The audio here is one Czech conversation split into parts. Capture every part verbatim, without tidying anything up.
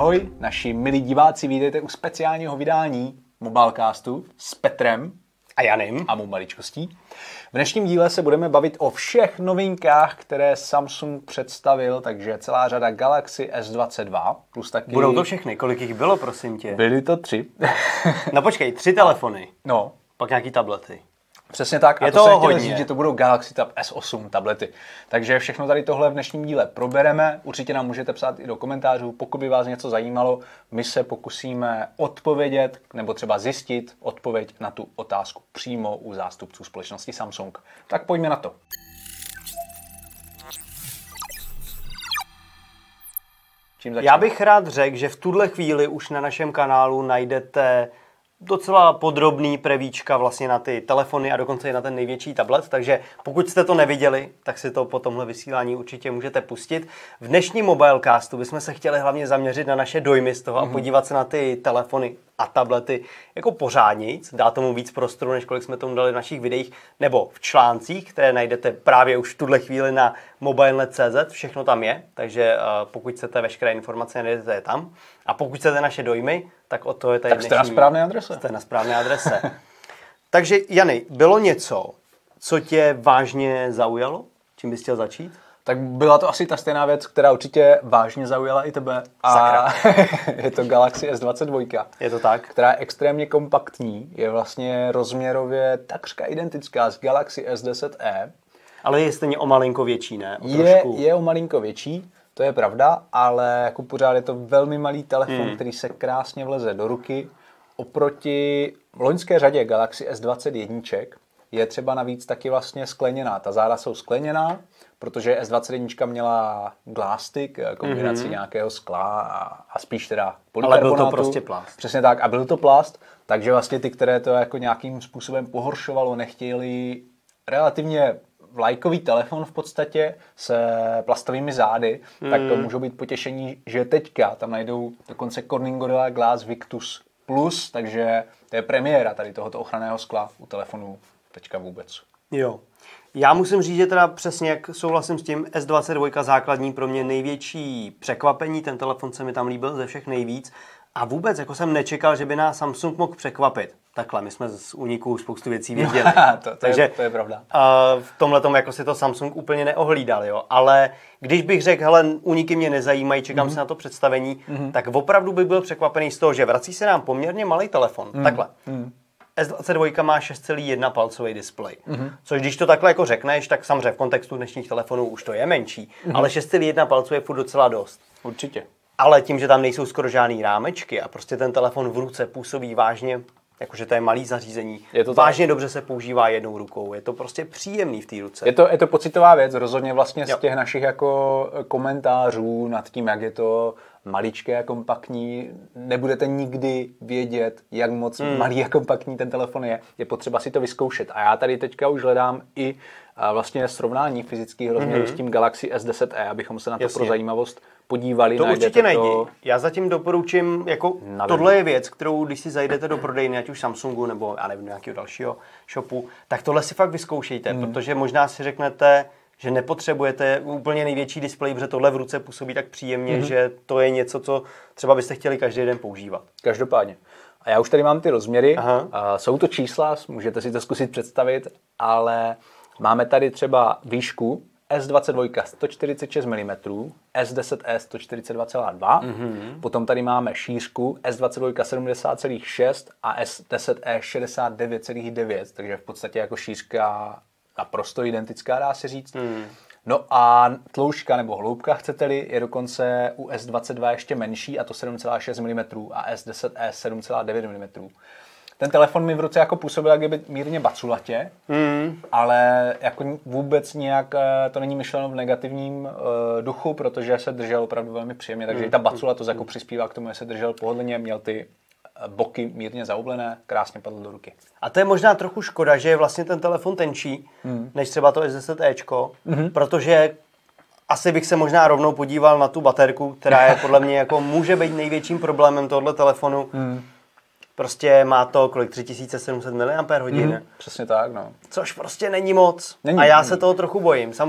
Ahoj, naši milí diváci, vítejte u speciálního vydání Mobilecastu s Petrem a Janem a mou maličkostí. V dnešním díle se budeme bavit o všech novinkách, které Samsung představil, takže celá řada Galaxy S dvacet dva, plus taky... Budou to všechny, kolik jich bylo, prosím tě? Byly to tři. No počkej, tři telefony, no. Pak nějaký tablety. Přesně tak, je a to, to jsem chtěl hodně. říct, že to budou Galaxy Tab S osm tablety. Takže všechno tady tohle v dnešním díle probereme. Určitě nám můžete psát i do komentářů, pokud by vás něco zajímalo. My se pokusíme odpovědět nebo třeba zjistit odpověď na tu otázku přímo u zástupců společnosti Samsung. Tak pojďme na to. Čím začneme? Já bych rád řekl, že v tuhle chvíli už na našem kanálu najdete docela podrobný prevíčka vlastně na ty telefony a dokonce i na ten největší tablet, takže pokud jste to neviděli, tak si to po tomhle vysílání určitě můžete pustit. V dnešním Mobilecastu bychom se chtěli hlavně zaměřit na naše dojmy z toho mm-hmm. a podívat se na ty telefony a tablety jako pořádnějc, dá tomu víc prostoru, než kolik jsme tomu dali v našich videích, nebo v článcích, které najdete právě už v tuhle chvíli na mobile tečka cé zet, všechno tam je, takže uh, pokud chcete veškeré informace, najdete je tam. A pokud chcete naše dojmy, tak o to je tady tak jste dnešní... na správné adrese. Jste na správné adrese. Takže Jany, bylo něco, co tě vážně zaujalo? Čím bys chtěl začít? Tak byla to asi ta stejná věc, která určitě vážně zaujala i tebe. A je to Galaxy S dvacet dva. Je to tak? Která je extrémně kompaktní, je vlastně rozměrově takřka identická s Galaxy S deset e. Ale je stejně o malinko větší, ne? O je, je o malinko větší, to je pravda, ale jako pořád je to velmi malý telefon, hmm. který se krásně vleze do ruky. Oproti loňské řadě Galaxy S dvacet jedna je třeba navíc taky vlastně skleněná. Ta záda jsou skleněná, protože S dvacet jedna měla glasstick, kombinaci mm-hmm. nějakého skla a, a spíš teda polykarbonátu. Ale byl to prostě plast. Přesně tak, a byl to plast, takže vlastně ty, které to jako nějakým způsobem pohoršovalo, nechtěli relativně vlajkový telefon v podstatě s plastovými zády, mm. tak to můžou být potěšení, že teďka tam najdou dokonce Corning Gorilla Glass Victus Plus, takže to je premiéra tady tohoto ochranného skla u telefonu teďka vůbec. Jo. Já musím říct, že teda přesně jak souhlasím s tím, S dvacet dva základní pro mě největší překvapení, ten telefon se mi tam líbil ze všech nejvíc a vůbec jako jsem nečekal, že by nás Samsung mohl překvapit. Takhle, my jsme z úniků spoustu věcí věděli. to, to, Takže je, to je pravda. Uh, v tomhletom jako si to Samsung úplně neohlídal, jo. Ale když bych řekl, hele, úniky mě nezajímají, čekám mm-hmm. se na to představení, mm-hmm. tak opravdu bych byl překvapený z toho, že vrací se nám poměrně malý telefon. Mm-hmm. Takhle. Mm-hmm. S dvacet dva má šest celá jedna palcový displej. Mm-hmm. Což když to takhle jako řekneš, tak samozřejmě v kontextu dnešních telefonů už to je menší. Mm-hmm. Ale šest celá jedna palců je furt docela dost. Určitě. Ale tím, že tam nejsou skoro žádný rámečky a prostě ten telefon v ruce působí vážně, jakože to je malý zařízení, je to vážně tak. Dobře se používá jednou rukou. Je to prostě příjemný v té ruce. Je to, je to pocitová věc, rozhodně vlastně jo. z těch našich jako komentářů nad tím, jak je to maličké a kompaktní, nebudete nikdy vědět, jak moc hmm. malý a kompaktní ten telefon je. Je potřeba si to vyzkoušet. A já tady teďka už hledám i vlastně srovnání fyzických rozměrů hmm. s tím Galaxy S deset e, abychom se na to Jasně. pro zajímavost podívali. To určitě najdi. To... Já zatím doporučím, jako tohle je věc, kterou když si zajdete do prodejny, ať už Samsungu nebo já nevím, nějakého dalšího shopu, tak tohle si fakt vyzkoušejte, hmm. protože možná si řeknete, že nepotřebujete úplně největší displej, protože tohle v ruce působí tak příjemně, mm-hmm. že to je něco, co třeba byste chtěli každý den používat. Každopádně. A já už tady mám ty rozměry. Aha. Jsou to čísla, můžete si to zkusit představit, ale máme tady třeba výšku S dvacet dva sto čtyřicet šest milimetrů, S deset e sto čtyřicet dva celá dva, mm-hmm. potom tady máme šířku S dvacet dva sedmdesát celá šest a S deset e šedesát devět celá devět, takže v podstatě jako šířka naprosto identická, dá se říct. Hmm. No a tloušťka nebo hloubka, chcete-li, je dokonce u S dvacet dva ještě menší, a to sedm celá šest milimetrů a S deset e sedm celá devět milimetrů. Ten telefon mi v ruce jako působil, jak by mírně baculatě, hmm. ale jako vůbec nějak to není myšleno v negativním uh, duchu, protože se držel opravdu velmi příjemně, takže hmm. ta baculatost jako přispívá k tomu, že se držel pohodlně, měl ty boky mírně zaoblené, krásně padl do ruky. A to je možná trochu škoda, že je vlastně ten telefon tenčí, hmm. než třeba to S deset Ečko, hmm. protože asi bych se možná rovnou podíval na tu baterku, která je podle mě jako může být největším problémem tohoto telefonu. Hmm. Prostě má to kolik tři tisíce sedm set miliampérhodin. Hmm. Přesně tak, no. Což prostě není moc. Není, a já není. se toho trochu bojím. Samozřejmě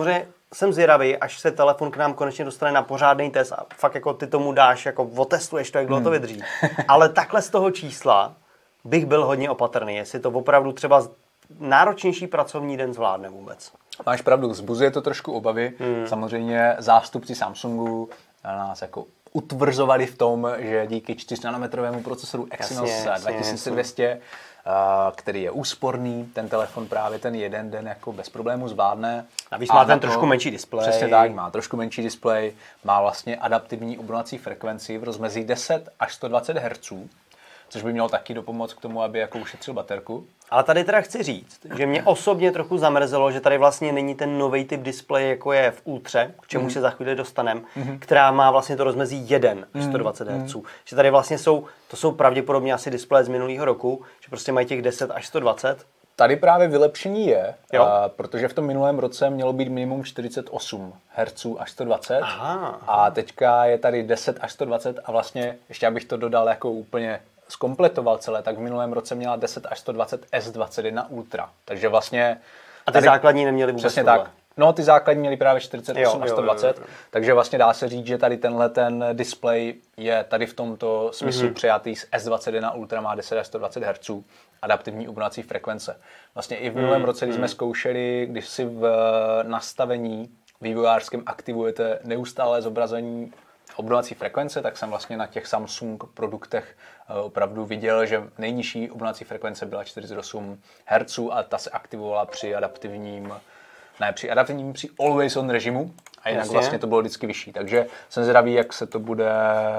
jsem zvědavý, až se telefon k nám konečně dostane na pořádný test a fakt jako ty tomu dáš, jako otestuješ to, jak dlouho to vydrží. Ale takhle z toho čísla bych byl hodně opatrný, jestli to opravdu třeba náročnější pracovní den zvládne vůbec. Máš pravdu, vzbuzuje to trošku obavy. Hmm. Samozřejmě zástupci Samsungu nás jako utvrzovali v tom, že díky čtyřnanometrovému procesoru Exynos jasně, dva tisíce dvě stě, jasně. který je úsporný, ten telefon právě ten jeden den jako bez problému zvládne. Navíc má ten to, trošku menší displej. Přesně tak, má trošku menší displej, má vlastně adaptivní obnovací frekvenci v rozmezí deset až sto dvacet hertzů, což by mělo taky dopomoct k tomu, aby jako ušetřil baterku. Ale tady teda chci říct, že mě osobně trochu zamrzelo, že tady vlastně není ten nový typ displeje, jako je v Ultře, k čemu mm. se za chvíli dostaneme, mm. která má vlastně to rozmezí jedna až sto dvacet hertzů. Mm. Že tady vlastně jsou, to jsou pravděpodobně asi displeje z minulého roku, že prostě mají těch deset až sto dvacet. Tady právě vylepšení je, a, protože v tom minulém roce mělo být minimum čtyřicet osm hertzů až sto dvacet. Aha, aha. A teďka je tady deset až sto dvacet a vlastně, ještě abych to dodal jako úplně zkompletoval celé, tak v minulém roce měla deset až sto dvacet S dvacet jedna Ultra. Takže vlastně... A ty tady, základní neměly vůbec přesně tohle. Tak. No, ty základní měly právě čtyřicet osm až sto dvacet, jo, jo, jo. Takže vlastně dá se říct, že tady tenhle ten displej je tady v tomto smyslu mm-hmm. přijatý s S dvacet jedna Ultra, má deset až sto dvacet hertzů, adaptivní obnovací frekvence. Vlastně i v minulém mm-hmm. roce, když jsme zkoušeli, když si v nastavení vývojářském aktivujete neustále zobrazení obnovací frekvence, tak jsem vlastně na těch Samsung produktech opravdu viděl, že nejnižší obnovací frekvence byla čtyřicet osm hertzů a ta se aktivovala při adaptivním, ne při adaptivním, při always on režimu a jinak Jasně. vlastně to bylo vždycky vyšší. Takže jsem zvědavý, jak se to bude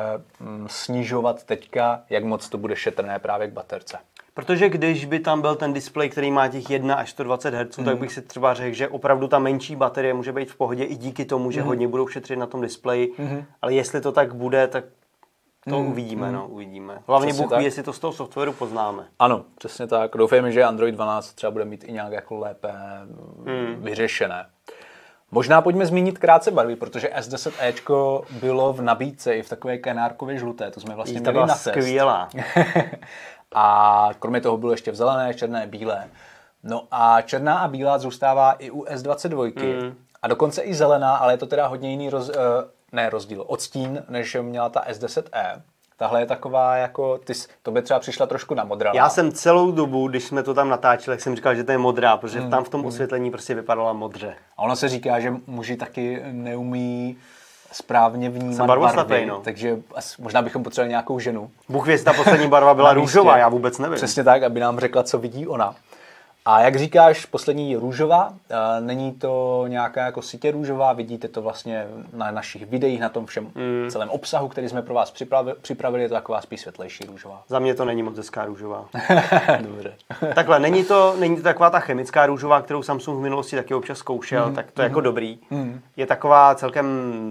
snižovat teďka, jak moc to bude šetrné právě k baterce. Protože když by tam byl ten displej, který má těch jedna až sto dvacet hertzů, mm. tak bych si třeba řekl, že opravdu ta menší baterie může být v pohodě i díky tomu, že mm. hodně budou šetřit na tom displeji. Mm. Ale jestli to tak bude, tak to mm. uvidíme, mm. no, uvidíme. Hlavně Bůh ví, jestli to z toho softwaru poznáme. Ano, přesně tak. Doufejme, že Android dvanáct třeba bude mít i nějak jako lépe mm. vyřešené. Možná pojďme zmínit krátce barvy, protože S deset Ečko bylo v nabídce i v takové kanárkově žluté. To jsme vlastně měli na test. Skvělá. A kromě toho bylo ještě v zelené, černé, bílé. No a černá a bílá zůstává i u S dvacet dva. Mm. A dokonce i zelená, ale je to teda hodně jiný roz, ne rozdíl, odstín, než měla ta S deset E. Tahle je taková jako, ty, to by třeba přišla trošku na modrá. Já jsem celou dobu, když jsme to tam natáčeli, tak jsem říkal, že to je modrá, protože mm. tam v tom osvětlení prostě vypadala modře. A ono se říká, že muži taky neumí správně vnímat barvy, slepej, no. Takže možná bychom potřebovali nějakou ženu. Bůh ví, ta poslední barva byla růžová, já vůbec nevím. Přesně tak, aby nám řekla, co vidí ona. A jak říkáš, poslední je růžová, není to nějaká jako sitě růžová, vidíte to vlastně na našich videích, na tom všem mm. celém obsahu, který jsme pro vás připravili, připravili, je to taková spíš světlejší růžová. Za mě to není moc hezká růžová. Dobře. Takhle, není to, není to taková ta chemická růžová, kterou Samsung v minulosti taky občas zkoušel, mm. tak to je mm. jako dobrý. Mm. Je taková celkem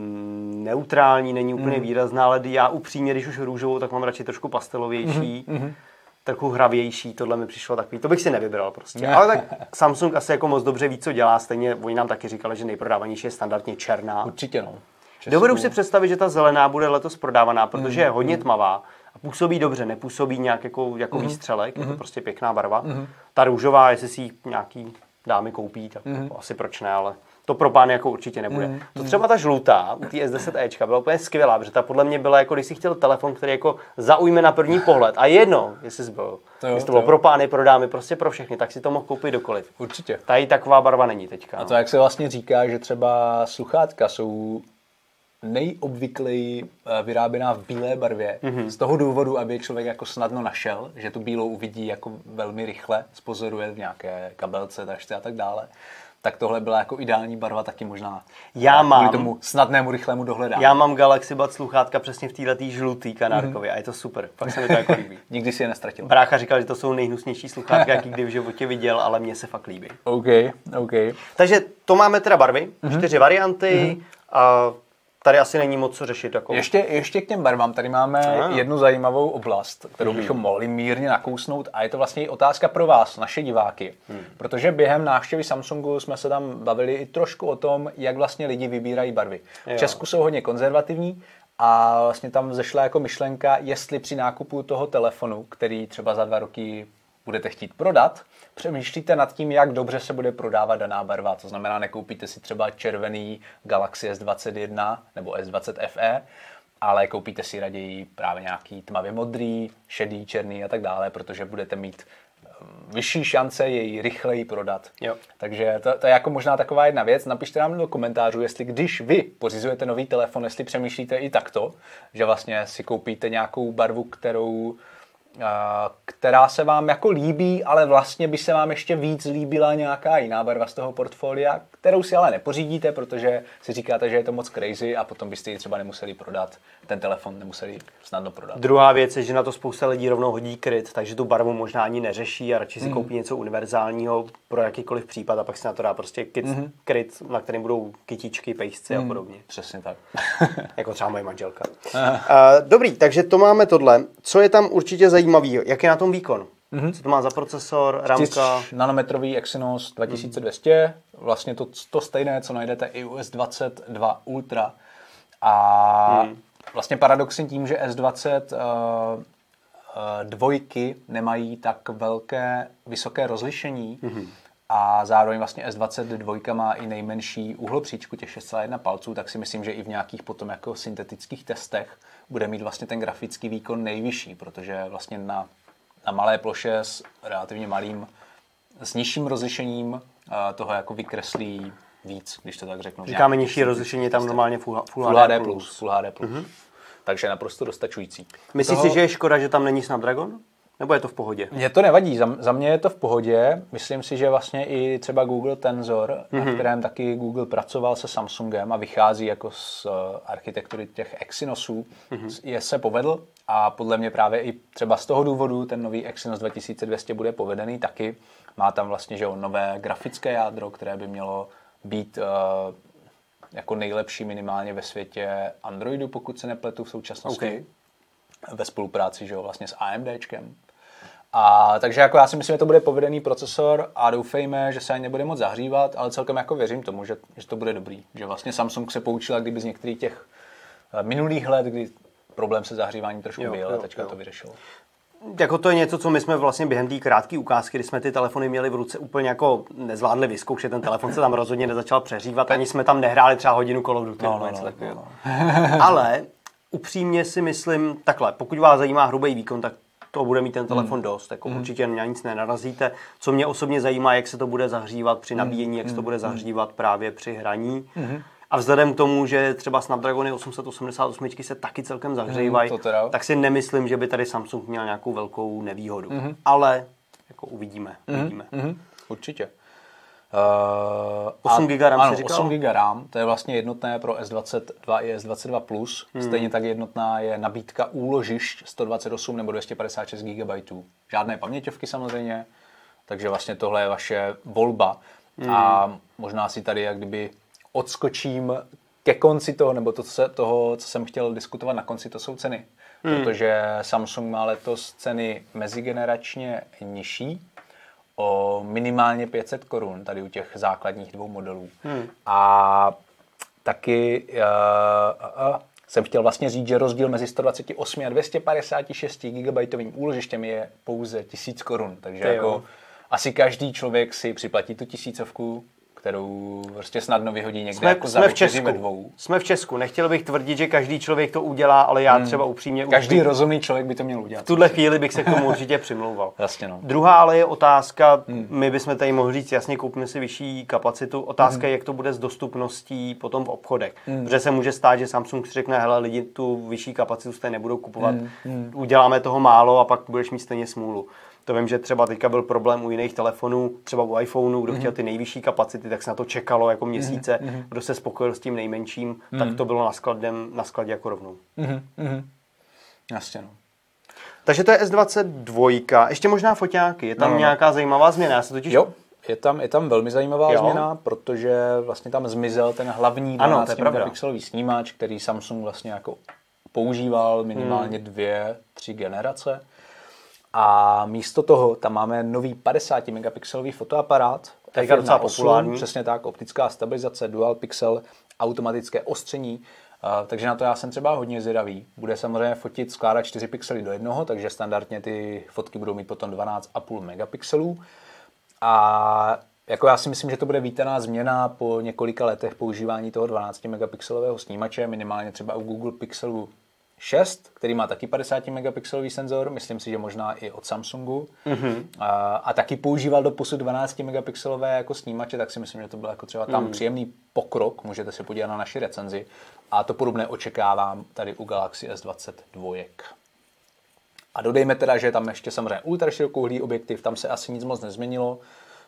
neutrální, není úplně mm. výrazná, ale já upřímně, když už růžovou, tak mám radši trošku pastelovější. Mm. Trochu hravější, tohle mi přišlo takový, to bych si nevybral prostě. Ale tak Samsung asi jako moc dobře ví, co dělá, stejně oni nám taky říkali, že nejprodávanější je standardně černá. Určitě no. Českou. Dovedu si představit, že ta zelená bude letos prodávaná, protože mm. je hodně tmavá a působí dobře, nepůsobí nějak jako, jako mm. výstřelek, mm. je to prostě pěkná barva. Mm. Ta růžová, jestli si ji nějaký dámy koupí, tak mm. asi proč ne, ale to pro pány jako určitě nebude. Mm. To třeba ta žlutá u té S deset Ečka byla úplně skvělá, protože ta podle mě byla jako, když si chtěl telefon, který jako zaujme na první pohled. A jedno, jestli jsi byl, to jo, jestli to bylo to pro pány, pro dámy, prostě pro všechny, tak si to mohl koupit dokoliv. Určitě. Tady taková barva není teďka. A to, no. jak se vlastně říká, že třeba sluchátka jsou nejobvykleji vyráběná v bílé barvě. Mm-hmm. Z toho důvodu, aby člověk jako snadno našel, že tu bílou uvidí jako velmi rychle, spozoruje v nějaké kabelce, tašce a tak dále. Tak tohle byla jako ideální barva taky možná. Já mám kvůli tomu snadnému, rychlému dohledání. Já mám Galaxy Buds sluchátka přesně v této žlutý kanárkově mm-hmm. a je to super. Fakt se mi to jako líbí. Nikdy si je nestratil. Brácha říkal, že to jsou nejhnusnější sluchátka, jaký kdy v životě viděl, ale mně se fakt líbí. OK, OK. Takže to máme teda barvy, mm-hmm. čtyři varianty mm-hmm. a tady asi není moc co řešit. Jako... Ještě, ještě k těm barvám. Tady máme ah. jednu zajímavou oblast, kterou bychom hmm. mohli mírně nakousnout a je to vlastně i otázka pro vás, naše diváky. Hmm. Protože během návštěvy Samsungu jsme se tam bavili i trošku o tom, jak vlastně lidi vybírají barvy. Jo. V Česku jsou hodně konzervativní a vlastně tam zešla jako myšlenka, jestli při nákupu toho telefonu, který třeba za dva roky budete chtít prodat, přemýšlíte nad tím, jak dobře se bude prodávat daná barva. To znamená, nekoupíte si třeba červený Galaxy S dvacet jedna nebo S dvacet F E, ale koupíte si raději právě nějaký tmavě modrý, šedý, černý a tak dále, protože budete mít vyšší šance jej rychleji prodat. Jo. Takže to, to je jako možná taková jedna věc. Napište nám do komentářů, jestli když vy pořizujete nový telefon, jestli přemýšlíte i takto, že vlastně si koupíte nějakou barvu, kterou která se vám jako líbí, ale vlastně by se vám ještě víc líbila nějaká jiná barva z toho portfolia, kterou si ale nepořídíte, protože si říkáte, že je to moc crazy a potom byste ji třeba nemuseli prodat, ten telefon nemuseli snadno prodat. Druhá věc je, že na to spousta lidí rovnou hodí kryt, takže tu barvu možná ani neřeší a radši si mm. koupí něco univerzálního pro jakýkoliv případ a pak si na to dá prostě kit, mm. kryt, na kterém budou kytičky, pejsci mm. a podobně. Přesně tak. Jako třeba moje manželka. uh, dobrý, takže to máme tohle. Co je tam určitě zajímavý? Jak je na tom výkon? Mm-hmm. Co to má za procesor, ramka? nanometrový Exynos dva tisíce dvě stě, vlastně to, to stejné, co najdete i u S dvacet dva Ultra. A mm. vlastně paradoxně tím, že S dvacet uh, uh, dvojky nemají tak velké, vysoké rozlišení mm-hmm. a zároveň vlastně S dvacet dva má i nejmenší úhlopříčku těch šest celá jedna palců, tak si myslím, že i v nějakých potom jako syntetických testech bude mít vlastně ten grafický výkon nejvyšší, protože vlastně na, na malé ploše s relativně malým, s nižším rozlišením uh, toho jako vykreslí víc, když to tak řeknu. Říkáme nižší rozlišení, je tam normálně Full, full, full H D plus. Full H D plus. Mm-hmm. Takže naprosto dostačující. Myslíš toho... si, že je škoda, že tam není Snapdragon? Nebo je to v pohodě? Mně to nevadí, za, za mě je to v pohodě. Myslím si, že vlastně i třeba Google Tensor, mm-hmm. na kterém taky Google pracoval se Samsungem a vychází jako z uh, architektury těch Exynosů, mm-hmm. je se povedl a podle mě právě i třeba z toho důvodu ten nový Exynos dva tisíce dvě stě bude povedený taky. Má tam vlastně že jo, nové grafické jádro, které by mělo být uh, jako nejlepší minimálně ve světě Androidu, pokud se nepletu v současnosti. Okay. Ve spolupráci že jo, vlastně s AMDčkem. A takže jako já si myslím, že to bude povedený procesor a doufejme, že se ani nebude moc zahřívat, ale celkem jako věřím tomu, že, že to bude dobrý. Že vlastně Samsung se poučil, kdyby z některých těch minulých let, kdy problém se zahříváním trošku jo, byl, a teďka jo. to vyřešilo. Jako to je něco, co my jsme vlastně během té krátké ukázky, kdy jsme ty telefony měli v ruce, úplně jako nezvládli vyzkoušet. Ten telefon se tam rozhodně nezačal přeřívat, ani jsme tam nehráli třeba hodinu Call of Duty. No, no, no, no, no. Ale upřímně si myslím, takhle, pokud vás zajímá hrubý výkon, tak to bude mít ten telefon mm. dost. Jako mm. určitě na nic nenarazíte. Co mě osobně zajímá, jak se to bude zahřívat při nabíjení, mm. jak se to bude zahřívat právě při hraní. Mm. A vzhledem k tomu, že třeba Snapdragony osm set osmdesát osm se taky celkem zahřívají, mm, tak si nemyslím, že by tady Samsung měl nějakou velkou nevýhodu. Mm. Ale jako uvidíme. Mm. uvidíme. Mm. Určitě. Uh, osm giga RAM ano, si říkal? osm giga RAM, to je vlastně jednotné pro S dvacet dva i S dvacet dva plus. Hmm. Stejně tak jednotná je nabídka úložišť sto dvacet osm nebo dvě stě padesát šest gigabajtů. Žádné paměťovky samozřejmě, takže vlastně tohle je vaše volba. Hmm. A možná si tady jak kdyby odskočím ke konci toho, nebo to, co, toho, co jsem chtěl diskutovat na konci, to jsou ceny. Hmm. Protože Samsung má letos ceny mezigeneračně nižší, o minimálně pět set korun tady u těch základních dvou modelů. Hmm. A taky uh, uh, uh, jsem chtěl vlastně říct, že rozdíl mezi sto dvacet osm a dvě stě padesát šest gigabajtovým úložištěm je pouze tisíc korun. Takže jako asi každý člověk si připlatí tu tisícovku, kterou prostě snadno vyhodí někde jsme, jako za večeří ve dvou. Jsme v Česku. Nechtěl bych tvrdit, že každý člověk to udělá, ale já třeba upřímně... Každý upřímně, rozumný člověk by to měl udělat. V tuhle chvíli bych se k tomu určitě přimlouval. Jasně, no. Druhá ale je otázka, hmm. my bychom tady mohli říct, jasně, koupíme si vyšší kapacitu. Otázka je, hmm. jak to bude s dostupností potom v obchodech. Hmm. Protože se může stát, že Samsung si řekne, hele, lidi tu vyšší kapacitu stejně nebudou kupovat, hmm. uděláme toho málo a pak budeš mít stejně smůlu. To vím, že třeba teďka byl problém u jiných telefonů, třeba u iPhoneu, kdo mm-hmm. chtěl ty nejvyšší kapacity, tak se na to čekalo jako měsíce. Mm-hmm. Kdo se spokojil s tím nejmenším, mm-hmm. tak to bylo na, skladem, na skladě jako rovnou. Mm-hmm. Jasně, no. Takže to je S dvacet dva. Ještě možná foťáky. Je tam no, nějaká zajímavá změna? Já se totiž... Jo, je tam, je tam velmi zajímavá jo. změna, protože vlastně tam zmizel ten hlavní dvanáct megapixelový snímač, který Samsung vlastně jako používal minimálně hmm. dvě, tři generace. A místo toho tam máme nový padesát megapixelový fotoaparát. To je docela populární. Přesně tak, optická stabilizace, dual pixel, automatické ostření Uh, takže na to já jsem třeba hodně zvědavý. Bude samozřejmě fotit, skládat čtyři pixely do jednoho, takže standardně ty fotky budou mít potom dvanáct a půl megapixelů. A jako já si myslím, že to bude vítaná změna po několika letech používání toho dvanácti megapixelového snímače, minimálně třeba u Google Pixelu šest, který má taky padesát megapixelový senzor, myslím si, že možná i od Samsungu. Mm-hmm. A, a taky používal do posud dvanácti megapixelové jako snímače, tak si myslím, že to byl jako třeba tam mm. příjemný pokrok, můžete se podívat na naši recenzi. A to podobné očekávám tady u Galaxy S dvacet dva. A dodejme teda, že je tam ještě samozřejmě ultraširokouhlý objektiv, tam se asi nic moc nezměnilo.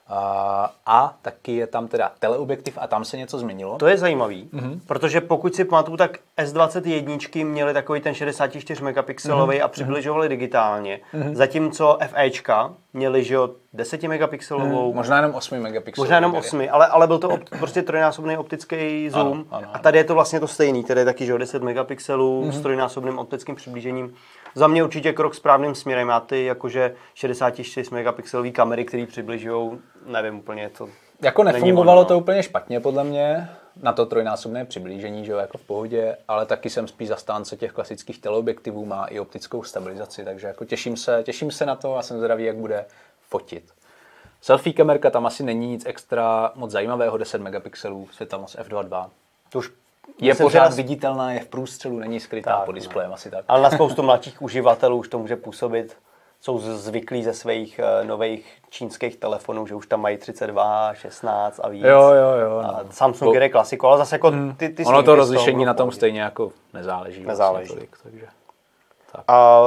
A, a taky je tam teda teleobjektiv a tam se něco změnilo. To je zajímavý, mm-hmm. protože pokud si pamatuju, tak S dvacet jedna měli takový ten šedesát čtyři megapixelový mm-hmm. a přibližovali mm-hmm. digitálně. Mm-hmm. Zatímco FEčka měli, že jo, deset megapixelovou. Mm, možná jenom osm megapixelovou. Možná jenom osm, ale, ale byl to opt, prostě trojnásobný optický zoom. Ano, ano, ano. A tady je to vlastně to stejný, tady je taky, že jo, deset megapixelů mm-hmm. s trojnásobným optickým přiblížením. Za mě určitě krok správným směrem. Má ty jakože šedesát čtyři megapixelový kamery, které přibližují, nevím úplně to. Jako nefungovalo ono, to úplně špatně podle mě na to trojnásobné přiblížení, že jo, jako v pohodě, ale taky jsem spíš zastánce těch klasických teleobjektivů, má i optickou stabilizaci, takže jako těším se, těším se na to a jsem zvědavý, jak bude fotit. Selfie kamerka tam asi není nic extra moc zajímavého, deset megapixelů, světelnost F dvacet dva. To už je pořád nás... viditelná, je v průstřelu, není skrytá tak, pod displejem, asi tak. Ale na spoustu mladších uživatelů už to může působit. Jsou zvyklí ze svých uh, nových čínských telefonů, že už tam mají třicet dva, šestnáct a víc. Jo, jo, jo. No. A Samsung jde klasiku, ale zase jako ty, ty ono to rozlišení na tom stejně jako nezáleží. Nezáleží. Vlastně tolik, takže. Tak. A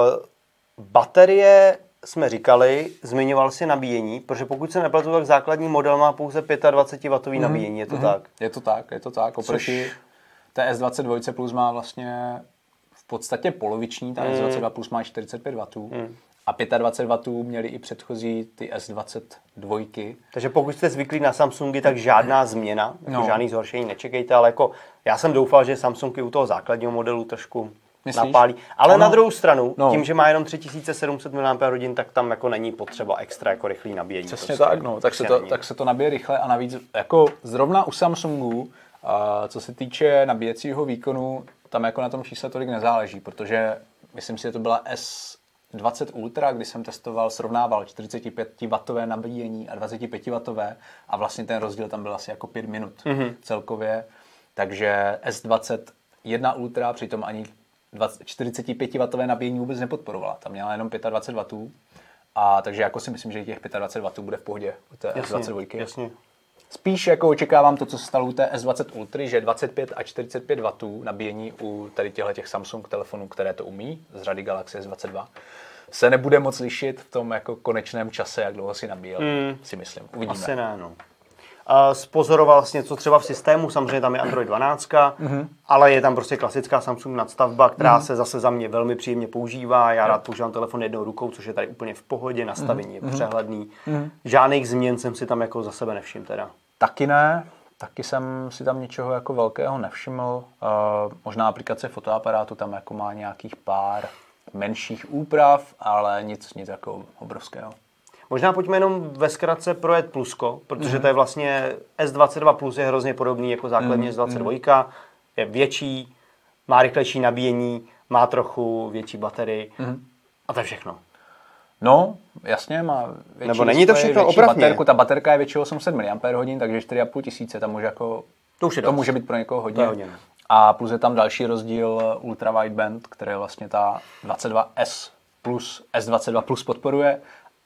baterie jsme říkali, zmiňoval si nabíjení, protože pokud se nepletu, tak základní model má pouze dvacet pět wattové mm-hmm. nabíjení, je to mm-hmm. tak? Je to tak, je to tak. Oproti Což... té S dvacet dva Plus má vlastně v podstatě poloviční, ta mm. S dvacet dva Plus má čtyřicet pět wattů. Mm. A dvacet pět wattů měli i předchozí ty S dvacet dva. Takže pokud jste zvyklí na Samsungy, tak žádná změna, jako no. žádný zhoršení nečekejte, ale jako já jsem doufal, že Samsung i u toho základního modelu trošku Myslíš? napálí. Ale ono? Na druhou stranu, no. tím, že má jenom tři tisíce sedm set miliampérhodin, tak tam jako není potřeba extra jako rychlý nabíjení. Přesně prostě, tak, no. tak, se to, tak se to nabíje rychle a navíc jako zrovna u Samsungu, a co se týče nabíjecího výkonu, tam jako na tom čísle tolik nezáleží, protože myslím si, že to byla S dvacet Ultra, kdy jsem testoval, srovnával čtyřicet pět wattové nabíjení a dvacet pět wattové a vlastně ten rozdíl tam byl asi jako pět minut mm-hmm. celkově. Takže S dvacet jedna Ultra přitom ani čtyřicet pět wattové nabíjení vůbec nepodporovala. Tam měla jenom dvacet pět wattů. A takže jako si myslím, že těch dvacet pět wattů bude v pohodě u té jasně, S dvacet dva. Jasně. Spíš jako očekávám to, co se stalo u té S dvacet Ultra, že dvacet pět a čtyřicet pět wattů nabíjení u tady těch Samsung telefonů, které to umí, z řady Galaxy S dvacet dva, se nebude moc lišit v tom jako konečném čase, jak dlouho si nabíjel, hmm. si myslím. Uvidíme. Asi ne, no. Uh, spozoroval vlastně něco třeba v systému, samozřejmě tam je Android dvanáct, mm-hmm. ale je tam prostě klasická Samsung nadstavba, která mm-hmm. se zase za mě velmi příjemně používá. Já rád používám telefon jednou rukou, což je tady úplně v pohodě, nastavení mm-hmm. je přehledný. Mm-hmm. Žádných změn jsem si tam jako za sebe nevšiml teda. Taky ne, taky jsem si tam ničeho jako velkého nevšiml. Uh, možná aplikace fotoaparátu tam jako má nějakých pár menších úprav, ale nic, nic jako obrovského. Možná pojďme jenom ve zkratce projet plusko, protože mm. to je vlastně S dvacet dva Plus je hrozně podobný jako základně mm. S dvacet dva, mm. je větší, má rychlejší nabíjení, má trochu větší baterii mm. a to je všechno. No, jasně, má větší Nebo není to všechno opravně. Baterku, ta baterka je větší osm set miliampérhodin, takže čtyři a půl tisíce, tam může jako, to, už je to může být pro někoho hodně. hodně. A plus je tam další rozdíl ultra wideband, který vlastně ta dvacet dva S plus S dvacet dva Plus podporuje.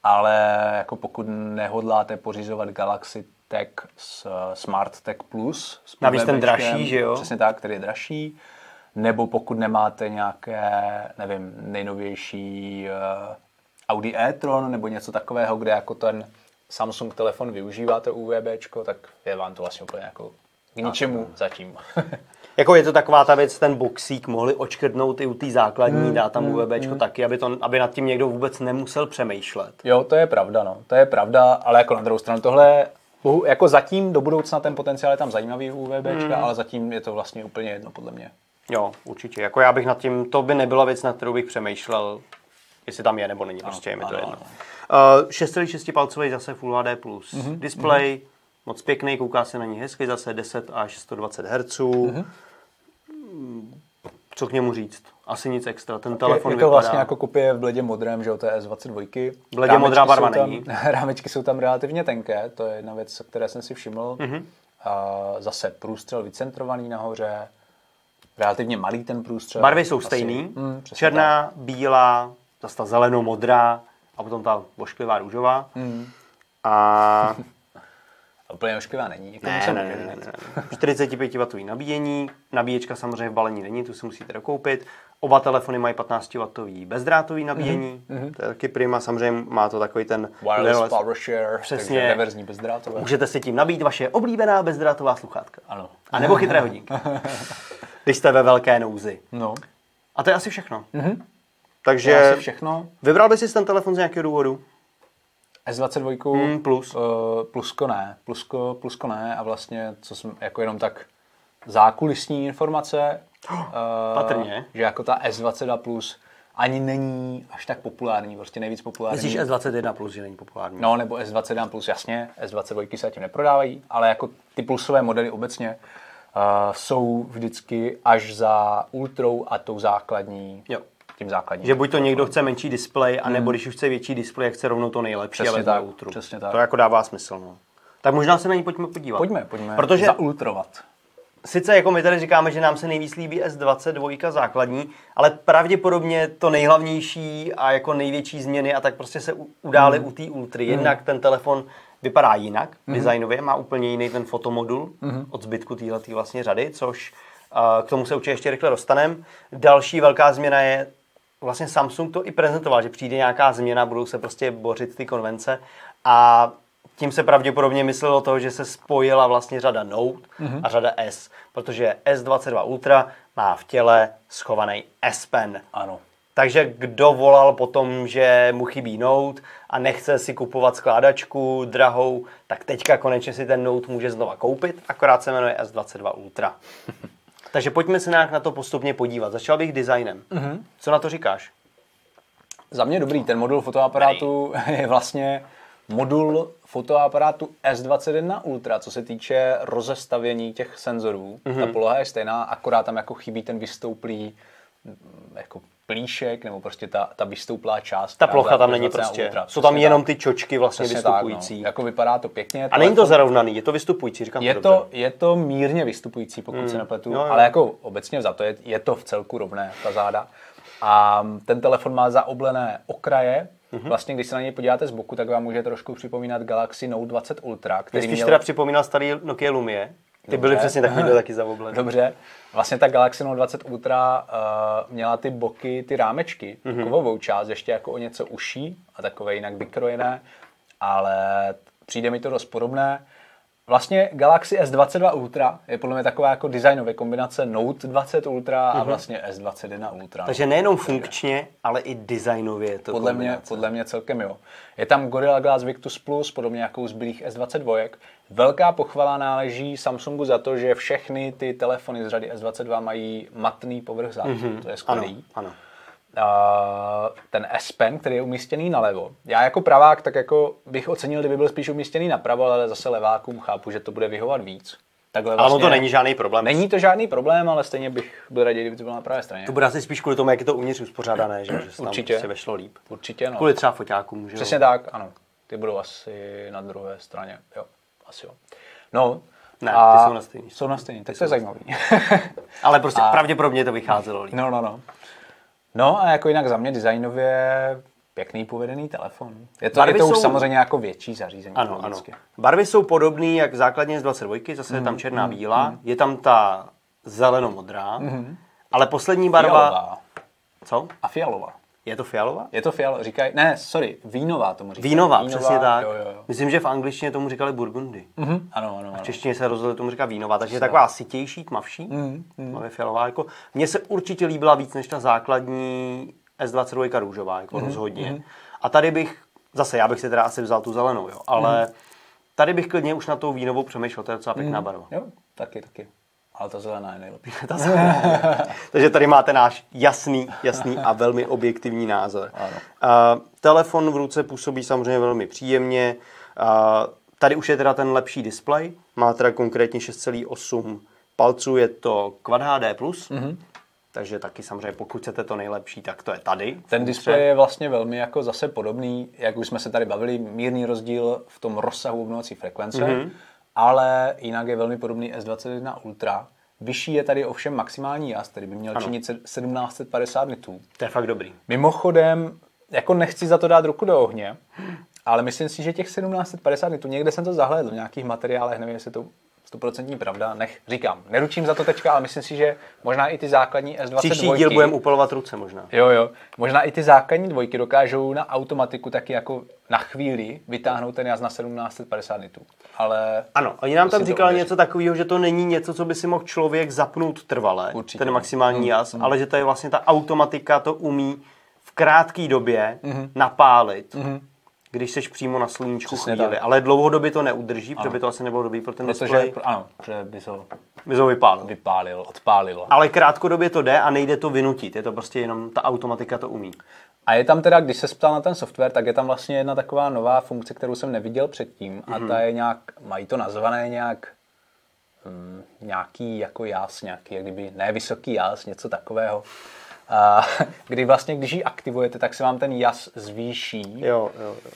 Ale jako pokud nehodláte pořizovat Galaxy Tag s Smart Tag Plus, s navíc ten dražší, že jo? Přesně tak, který je dražší, nebo pokud nemáte nějaké, nevím, nejnovější uh, Audi e-tron nebo něco takového, kde jako ten Samsung telefon využíváte U V B čko, tak je vám to vlastně úplně jako k ničemu no. zatím. Jako je to taková ta věc, ten boxík mohli očkrtnout i u té základní, hmm, dát tam hmm, UVBčko hmm. taky, aby, to, aby nad tím někdo vůbec nemusel přemýšlet. Jo, to je pravda, no. To je pravda, ale jako na druhou stranu tohle, jako zatím do budoucna ten potenciál je tam zajímavý u UVBčka, hmm. ale zatím je to vlastně úplně jedno podle mě. Jo, určitě. Jako já bych nad tím, to by nebyla věc, nad kterou bych přemýšlel, jestli tam je nebo není, prostě je mi to jedno. Uh, šest celá šest palcový zase Full H D plus mm-hmm. display, mm-hmm. moc pěkný, kouká se na ní hezky, zase deset až sto dvacet hertzů. Mm-hmm. Co k němu říct? Asi nic extra. Ten telefon je, je to vypadá... vlastně jako kopie v bledě modrém, že jo, to je S dvacet dva. Bledě modrá barva tam, není. Rámečky jsou tam relativně tenké, to je jedna věc, které jsem si všiml. Mm-hmm. A zase průstřel vycentrovaný nahoře, relativně malý ten průstřel. Barvy jsou asi, stejný, mm, černá, tak. bílá, zase ta zeleno-modrá a potom ta ošklivá růžová. Mm. A... A úplně ošklivá není. Jako ne, ne, ne, ne, ne. čtyřicet pět wattů nabíjení, nabíječka samozřejmě v balení není, tu si musíte dokoupit. Oba telefony mají patnáct wattů bezdrátový nabíjení, mm-hmm. to je taky prima, samozřejmě má to takový ten... wireless power share, přesně, takže reverzní bezdrátové. Můžete si tím nabít vaše oblíbená bezdrátová sluchátka. Ano. A nebo chytré hodinky, když jste ve velké nouzi. No. A to je asi všechno. Mm-hmm. Takže to je asi všechno. Vybral bys si ten telefon z nějakého důvodu? S dvacet dva mm, plus. Uh, plusko ne, plusko, plusko ne a vlastně, co jsem jako jenom tak zákulisní informace, uh, patrně, že jako ta S dvacet dva plus ani není až tak populární, prostě nejvíc populární. Myslíš S dvacet jedna plus, že není populární? No, nebo S dvacet jedna plus, jasně, S dvacet dva se tím neprodávají, ale jako ty plusové modely obecně uh, jsou vždycky až za ultrou a tou základní. Jo. Tím základním. Že buď to někdo chce menší displej, anebo hmm. když už chce větší displej, chce rovnou to nejlepší, přesně ale tak, za ultru. Přesně tak. To jako dává smysl. No. Tak možná se na ní pojďme podívat. Pojďme, pojďme. Protože zaultrovat. Sice jako my tady říkáme, že nám se nejvíc líbí S dvacet dva základní, ale pravděpodobně to nejhlavnější a jako největší změny a tak prostě se udály hmm. u té ultry. Jednak hmm. ten telefon vypadá jinak, hmm. designově, má úplně jiný ten fotomodul hmm. od zbytku téhletý vlastně řady, což uh, k tomu se určitě ještě rychle dostaneme. Další velká změna je, vlastně Samsung to i prezentoval, že přijde nějaká změna, budou se prostě bořit ty konvence a tím se pravděpodobně myslelo toho, že se spojila vlastně řada Note mm-hmm. a řada S, protože S dvacet dva Ultra má v těle schovaný S Pen. Ano. Takže kdo volal potom, že mu chybí Note a nechce si kupovat skládačku drahou, tak teďka konečně si ten Note může znova koupit, akorát se jmenuje S dvacet dva Ultra. Takže pojďme se nějak na to postupně podívat. Začal bych designem. Mm-hmm. Co na to říkáš? Za mě dobrý. Ten modul fotoaparátu je vlastně modul fotoaparátu S dvacet jedna Ultra, co se týče rozestavění těch senzorů. Mm-hmm. Ta poloha je stejná, akorát tam jako chybí ten vystouplý jako plíšek, nebo prostě ta, ta vystouplá část. Ta plocha tam není prostě. Ultra. Jsou tam jenom ty čočky vlastně přesně vystupující. Tak, no. Jako vypadá to pěkně. A telefon... není to zarovnaný, je to vystupující, říkám je to, to Je to mírně vystupující, pokud mm. se nepletu, jo, jo. ale jako obecně za to je, je to v celku rovné, ta záda. A ten telefon má zaoblené okraje. Mm-hmm. Vlastně, když se na něj podíváte z boku, tak vám může trošku připomínat Galaxy Note dvacet Ultra, který spíš měl... teda připomínal starý Nokia Lumie. Ty dobře. Byly přesně takový taky zaoblené. Dobře. Vlastně ta Galaxy Note dvacet Ultra uh, měla ty boky, ty rámečky, mm-hmm. kovovou část, ještě jako o něco uší a takové jinak vykrojené, ale přijde mi to dost podobné. Vlastně Galaxy S dvacet dva Ultra je podle mě taková jako designově kombinace Note dvacet Ultra a vlastně S dvacet jedna Ultra. Takže nejenom funkčně, ale i designově je to podle mě, podle mě celkem jo. Je tam Gorilla Glass Victus Plus, podobně jako u zbylých S dvacet dva. Velká pochvala náleží Samsungu za to, že všechny ty telefony z řady S dvacet dva mají matný povrch zádu. Mm-hmm. To je skvělý. Ano, ano. Uh, ten S Pen, který je umístěný nalevo. Já jako pravák tak jako bych ocenil, kdyby byl spíš umístěný napravo, ale zase levákům chápu, že to bude vyhovat víc. Takhle vlastně, ale to není žádný problém. Není to žádný problém, ale stejně bych byl raději, kdyby to bylo na pravé straně. To bude asi spíš kvůli tomu, jak je to uvnitř uspořádané, že, že se tam určitě prostě vešlo líp. Určitě, no. Kvůli třeba foťákům, že přesně tak, ano. Ty budou asi na druhé straně, jo, asi jo. No, ne, ty jsou na stejný. Jsou na stejný, tak to je zajímavý. Ale prostě a... pravděpodobně to vycházelo líp. No, no, no. No a jako jinak za mě designově pěkný povedený telefon. Je to, je to už jsou... samozřejmě jako větší zařízení. Ano, ano. Barvy jsou podobné jak základně z dvacet dva, zase mm, je tam černá mm, bílá, mm. je tam ta zeleno-modrá, mm. ale poslední barva... Fialová. Co? A fialová. Je to fialová? Je to fialová, říkají, ne, sorry, vínová tomu říkají. Vínová, vínová, přesně tak. Jo, jo, jo. Myslím, že v angličtině tomu říkali burgundy. Mm-hmm. Ano, ano, ano. A v češtině se rozhodli tomu říká vínová, takže je taková sytější, tmavší. Mm, mm. Je fialová. Jako, mně se určitě líbila víc než ta základní S dvacet dva růžová, jako mm, rozhodně. Mm. A tady bych, zase já bych si teda asi vzal tu zelenou, jo, ale mm. tady bych klidně už na tou vínovou přemýšlel, to je docela pěkná mm. barva. Jo, taky, taky. Ale ta zelená je nejlepší. Takže tady máte náš jasný, jasný a velmi objektivní názor. Ano. Uh, telefon v ruce působí samozřejmě velmi příjemně. Uh, tady už je teda ten lepší displej. Má teda konkrétně šest celá osm palců, je to Quad H D plus. Mm-hmm. Takže taky samozřejmě, pokud chcete to nejlepší, tak to je tady. Ten displej je vlastně velmi jako zase podobný, jak už jsme se tady bavili, mírný rozdíl v tom rozsahu obnovací frekvence, mm-hmm. ale jinak je velmi podobný S dvacet jedna Ultra. Vyšší je tady ovšem maximální jas, který by měl ano. činit sedmnáct set padesát nitů. To je fakt dobrý. Mimochodem, jako nechci za to dát ruku do ohně, ale myslím si, že těch sedmnáct set padesát nitů, někde jsem to zahlédl v nějakých materiálech, nevím, jestli to stoprocentní pravda, nech, říkám, neručím za to teďka, ale myslím si, že možná i ty základní S dvacet dva. Příští díl budeme upalovat ruce možná. Jo, jo. Možná i ty základní dvojky dokážou na automatiku taky jako na chvíli vytáhnout ten jas na sedmnáct set padesát nitů. Ale ano, oni nám tam říkali něco takového, že to není něco, co by si mohl člověk zapnout trvale, určitě. Ten maximální mm, jas, mm. ale že to je vlastně ta automatika, to umí v krátké době mm. napálit. Mm. Když seš přímo na sluníčku přesně chvíli, tak. Ale dlouhodobě to neudrží, ano. Protože by to asi nebylo dobrý pro ten protože, displej. Ano, protože by to, by to vypálil. vypálil, odpálilo. Ale krátkodobě to jde a nejde to vynutit, je to prostě jenom ta automatika to umí. A je tam teda, když se ptal na ten software, tak je tam vlastně jedna taková nová funkce, kterou jsem neviděl předtím mm-hmm. a ta je nějak, mají to nazvané nějak hm, nějaký jako jas, nějaký, jak kdyby, ne vysoký jas, něco takového. A kdy vlastně, když ji aktivujete, tak se vám ten jas zvýší. Jo, jo, jo.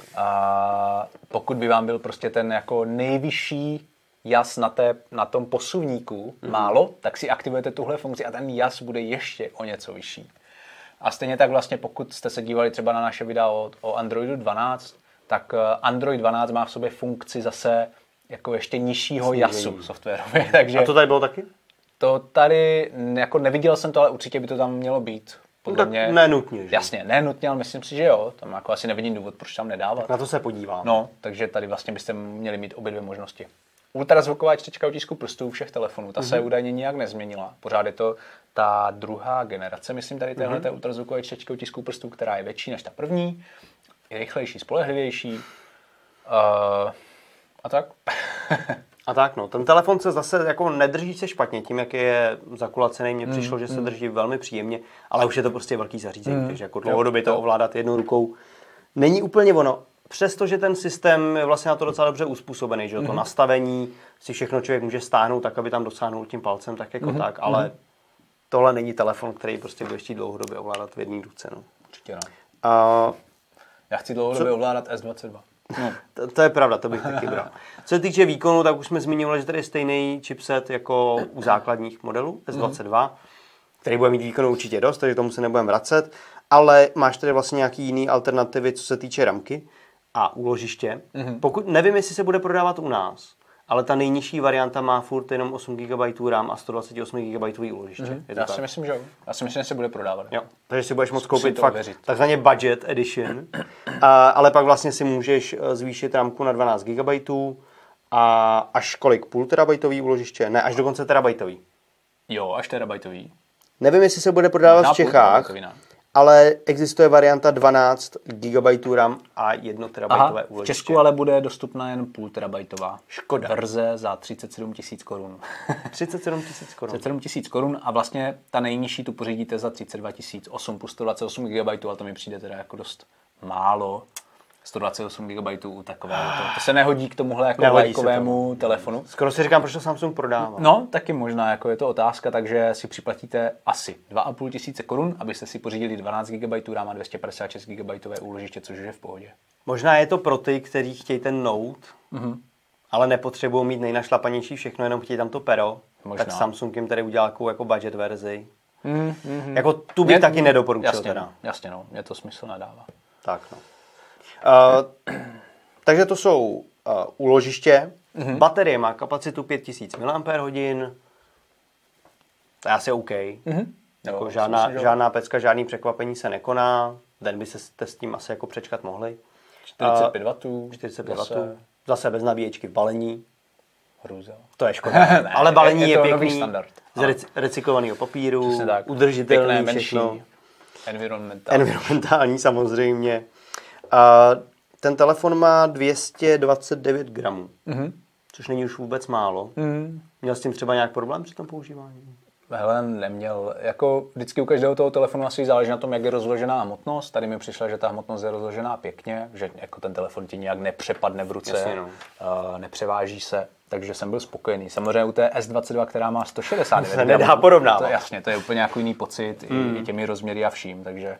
A pokud by vám byl prostě ten jako nejvyšší jas na, té, na tom posuvníku mm-hmm. málo, tak si aktivujete tuhle funkci a ten jas bude ještě o něco vyšší. A stejně tak vlastně, pokud jste se dívali třeba na naše videa o, o Androidu dvanáct, tak Android dvanáct má v sobě funkci zase jako ještě nižšího Snížení. jasu softwarově. Takže a to tady bylo taky? To tady, jako neviděl jsem to, ale určitě by to tam mělo být. Podle mě. Nenutně, že? Jasně, nenutně, ale myslím si, že jo. Tam jako asi nevidím důvod, proč tam nedávat. Tak na to se podívám. No, takže tady vlastně byste měli mít obě dvě možnosti. Ultrazvuková čtečka otisku prstů všech telefonů, ta mm-hmm. se údajně nijak nezměnila. Pořád je to ta druhá generace, myslím tady téhle mm-hmm. ultrazvukové čtečky otisku prstů, která je větší než ta první, je rychlejší, spolehlivější. Uh, a tak. A tak no, ten telefon se zase jako nedrží se špatně, tím jak je zakulacený, mně přišlo, mm, že se mm. drží velmi příjemně, ale už je to prostě velký zařízení, mm, takže jako dlouhodobě to ovládat jednou rukou není úplně ono. Přestože ten systém je vlastně na to docela dobře uspůsobený, že mm. to nastavení si všechno člověk může stáhnout tak, aby tam dosáhnul tím palcem, tak jako mm. tak, ale mm. tohle není telefon, který prostě bude chtít dlouhodobě ovládat v jedné ruce. No. Určitě ne. A... Já chci dlouhodobě co? ovládat S dvacet dva. No. To, to je pravda, to bych taky bral. Co se týče výkonu, tak už jsme zmiňovali, že tady je stejný chipset jako u základních modelů S dvacet dva, mm. který bude mít výkonu určitě dost, takže tomu se nebudeme vracet, ale máš tady vlastně nějaký jiný alternativy, co se týče ramky a úložiště. Mm. Pokud, nevím, jestli se bude prodávat u nás, ale ta nejnižší varianta má furt jenom osm gigabajtů RAM a sto dvacet osm gigabajtů úložiště. Mm. Já tak? si myslím, že jo. Já si myslím, že se bude prodávat. Jo. Takže si budeš moct koupit fakt takzvaně budget edition, a, ale pak vlastně si můžeš zvýšit ramku na dvanáct gigabajtů a až kolik? Půl terabajtový úložiště? Ne, až dokonce terabajtový. Jo, až terabajtový. Nevím, jestli se bude prodávat v Čechách, ale existuje varianta dvanáct gigabajtů RAM a jedno terabajtové úložiště. V Česku ale bude dostupná jen půl terabajtová. Škoda. Verze za třicet sedm tisíc korun. třicet sedm tisíc korun. třicet sedm tisíc korun a vlastně ta nejnižší tu pořídíte za třicet dva tisíc osm plus sto dvacet osm gigabajtů, ale to mi přijde teda jako dost málo. sto dvacet osm gigabajtů u takového. To, to se nehodí k tomuhle jako lajkovému telefonu. Skoro si říkám, proč to Samsung prodává. No, taky možná, jako je to otázka, takže si připlatíte asi dva a půl tisíce korun, abyste si pořídili dvanáct gigabajtů RAM a dvě stě padesát šest gigabajtové úložiště, což je v pohodě. Možná je to pro ty, kteří chtějí ten Note, mm-hmm. ale nepotřebují mít nejnašlapanější všechno, jenom chtějí tam to pero. Možná. Tak Samsung jim tady udělal jako budget verzi. Mm-hmm. Jako tu bych mě, taky nedoporučil. Jasně, teda. jasně no, mě to smysl nedává. Tak no. Uh, takže to jsou uh, úložiště. Mm-hmm. Baterie má kapacitu pět tisíc miliampérhodin. To je asi OK. Mm-hmm. Jako jo, žádná, myslím, žádná pecka, žádný překvapení se nekoná. Den by se s tím asi jako přečkat mohli. čtyřicet pět wattů. čtyřicet pět wattů. Zase bez nabíječky v balení. Hrůza. To je škoda. Ne, ale balení je, je, je pěkný. Standard. Z rec- recyklovaného papíru. Udržitelný všechno. Environmentální. Environmentální samozřejmě. A ten telefon má dvě stě dvacet devět gramů, mm-hmm. což není už vůbec málo. Mm. Měl s tím třeba nějak problém při tom používání? Hele, neměl. Jako vždycky u každého toho telefonu asi záleží na tom, jak je rozložená hmotnost. Tady mi přišla, že ta hmotnost je rozložená pěkně, že jako ten telefon ti nějak nepřepadne v ruce, Jasně, no. uh, nepřeváží se, takže jsem byl spokojený. Samozřejmě u té S dvacet dva, která má sto šedesát devět se nedá porovnávat. To, jasně, to je úplně jako jiný pocit mm. i těmi rozměry a vším, takže...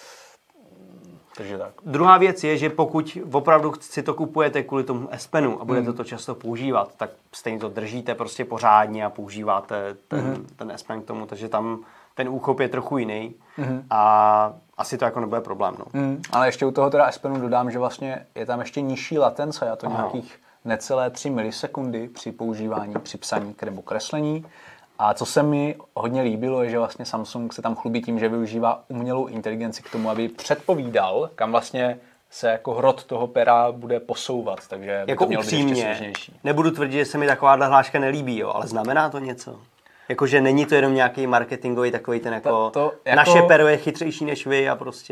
Takže tak. Druhá věc je, že pokud opravdu si to kupujete kvůli tomu S Penu a budete mm. to často používat, tak stejně to držíte prostě pořádně a používáte ten, mm. ten S Pen k tomu, takže tam ten úchop je trochu jiný mm. a asi to jako nebude problém. No. Mm. Ale ještě u toho teda S Penu dodám, že vlastně je tam ještě nižší latence, a to Aha. nějakých necelé tři milisekundy při používání, při psaní nebo kreslení. A co se mi hodně líbilo, je, že vlastně Samsung se tam chlubí tím, že využívá umělou inteligenci k tomu, aby předpovídal, kam vlastně se jako hrot toho pera bude posouvat, takže jako to mělo upřímně, být ještě složitější. Nebudu tvrdit, že se mi takováhle hláška nelíbí, jo, ale znamená to něco? Jakože není to jenom nějaký marketingový takový ten jako, to, to, jako... naše pero je chytřejší než vy a prostě...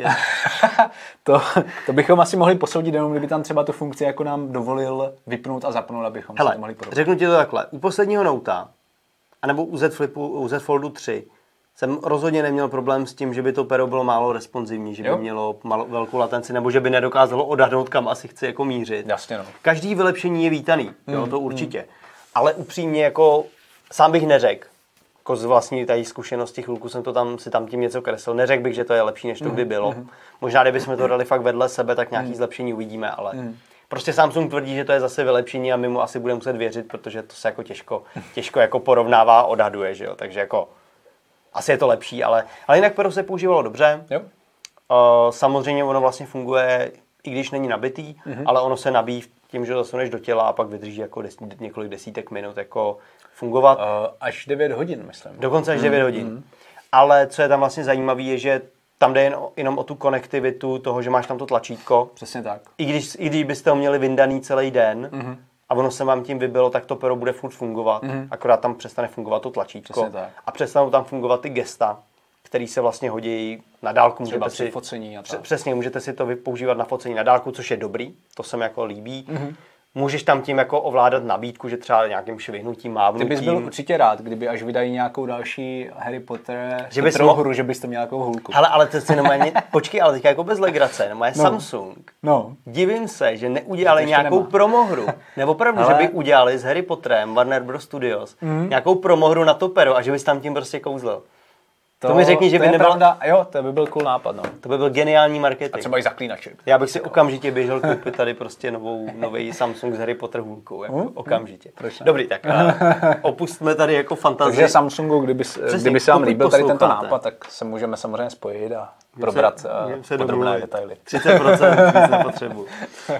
to, to bychom asi mohli posoudit jenom, kdyby tam třeba tu funkci jako nám dovolil vypnout a zapnout, abychom Hele, se to mohli podobat. Řeknu ti to takhle, u posledního Nota a nebo u Z Flipu, u Z Foldu tři jsem rozhodně neměl problém s tím, že by to pero bylo málo responsivní, že by jo? mělo malo, velkou latenci, nebo že by nedokázalo odhadnout, kam asi chci jako mířit. Jasně, no. Každý vylepšení je vítaný, mm, jo, to určitě. Mm. Ale upřímně jako sám bych neřekl, jako z vlastní tady zkušenosti, chvilku jsem to tam, si tam tím něco kreslil, neřekl bych, že to je lepší, než to kdy bylo. Mm. Možná, kdybychom to dali fakt vedle sebe, tak nějaký mm. zlepšení uvidíme, ale... Mm. Prostě Samsung tvrdí, že to je zase vylepšení a my mu asi budeme muset věřit, protože to se jako těžko, těžko jako porovnává a odhaduje, že jo? Takže jako asi je to lepší, ale, ale jinak pero se používalo dobře. Jo. Uh, samozřejmě ono vlastně funguje, i když není nabitý, mm-hmm. ale ono se nabíjí tím, že to zasuneš do těla a pak vydrží jako des, několik desítek minut jako fungovat. Uh, až devět hodin, myslím. Dokonce až mm-hmm. devět hodin. Ale co je tam vlastně zajímavé, je, že tam jde jen o, jenom o tu konektivitu toho, že máš tam to tlačítko. Přesně tak. I když, i když byste ho měli vyndaný celý den mm-hmm. a ono se vám tím vybilo, tak to pero bude furt fungovat. Mm-hmm. Akorát tam přestane fungovat to tlačítko. A přestanou tam fungovat ty gesta, který se vlastně hodí na dálku. Třeba můžete při si, focení a tak. Přesně, můžete si to používat na focení na dálku, což je dobrý. To se mi jako líbí. Mm-hmm. Můžeš tam tím jako ovládat nabídku, že třeba nějakým švihnutím, mávnutím. Ty bys byl určitě rád, kdyby až vydají nějakou další Harry Potter že bys mo- hru, že byste měl nějakou hulku. Hele, ale to si nemá, počkej, ale teďka jako bez legrace, nemá no. Samsung. No. Divím se, že neudělali že nějakou nemá. promohru. Nebo opravdu, ale... že by udělali s Harry Potterem, Warner Bros. Studios, mm. nějakou promohru na to pero a že bys tam tím prostě kouzlil. To, to mi řekni, že by nebyl... Pravda, jo, to by byl cool nápad, no. To by byl geniální marketing. A třeba i zaklínaček. Já bych si okamžitě běžel koupit tady prostě novou, nový Samsung s Harry Potter hůlkou, jako hmm? okamžitě. Proč ne? Dobrý, tak uh, opustme tady jako fantazii. Takže Samsungu, kdyby, kdyby se vám líbil tady tento nápad, tak se můžeme samozřejmě spojit a probrat se, uh, podrobné detaily. třicet procent víc nepotřebuji. Uh,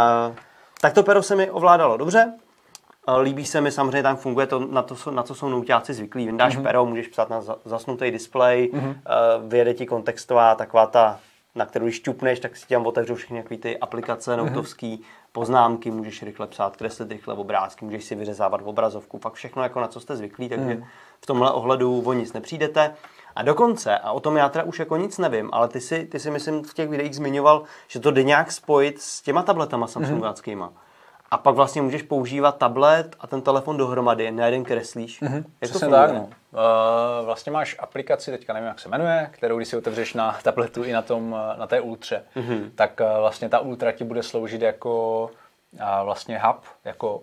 tak to pero se mi ovládalo dobře. Líbí se mi, samozřejmě tam funguje to, na, to, na co jsou nouťáci zvyklí. Vyndáš mm-hmm. pero, můžeš psát na zasnutý displej, mm-hmm. uh, vyjede ti kontextová taková ta, na kterou když ťupneš, tak si tam otevřou všechny nějaké ty aplikace mm-hmm. noutovský, poznámky, můžeš rychle psát, kreslit rychle obrázky, můžeš si vyřezávat obrazovku, fakt všechno jako na co jste zvyklí, takže mm-hmm. v tomhle ohledu o nic nepřijdete. A dokonce, a o tom já teda už jako nic nevím, ale ty si, ty si myslím v těch videích zmiňoval, že to jde nějak spojit s těma tabletama samsungáckýma. Mm-hmm. A pak vlastně můžeš používat tablet a ten telefon dohromady, na jeden kreslíš. Mm-hmm. Jak Přesně to tak, no. Uh, vlastně máš aplikaci, teďka nevím, jak se jmenuje, kterou když si otevřeš na tabletu i na, tom, na té Ultře, mm-hmm. tak uh, vlastně ta Ultra ti bude sloužit jako uh, vlastně hub, jako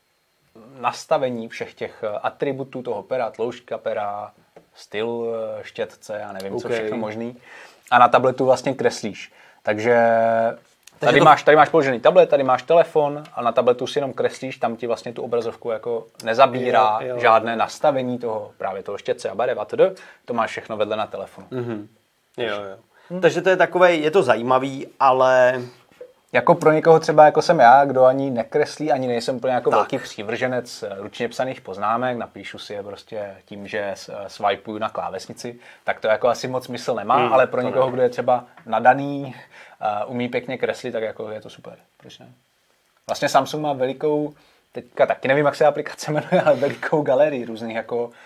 nastavení všech těch atributů toho pera, tloušťka pera, styl štětce, já nevím, okay. co všechno možný. A na tabletu vlastně kreslíš. Takže... Tady, to... máš, tady máš položený tablet, tady máš telefon a na tabletu si jenom kreslíš, tam ti vlastně tu obrazovku jako nezabírá jo, jo. žádné nastavení toho, právě toho štětce a barev a td. To máš všechno vedle na telefonu. Mm-hmm. Jo, jo. Hm. Takže to je takové, je to zajímavý, ale... Jako pro někoho třeba jako jsem já, kdo ani nekreslí, ani nejsem úplně jako tak. velký přívrženec ručně psaných poznámek, napíšu si je prostě tím, že swipuju na klávesnici, tak to jako asi moc smysl nemá, hmm, ale pro někoho, ne. kdo je třeba nadaný, uh, umí pěkně kreslit, tak jako je to super. Proč ne? Vlastně Samsung má velikou, teďka taky nevím, jak se aplikace jmenuje, ale velikou galerii různých jako uh,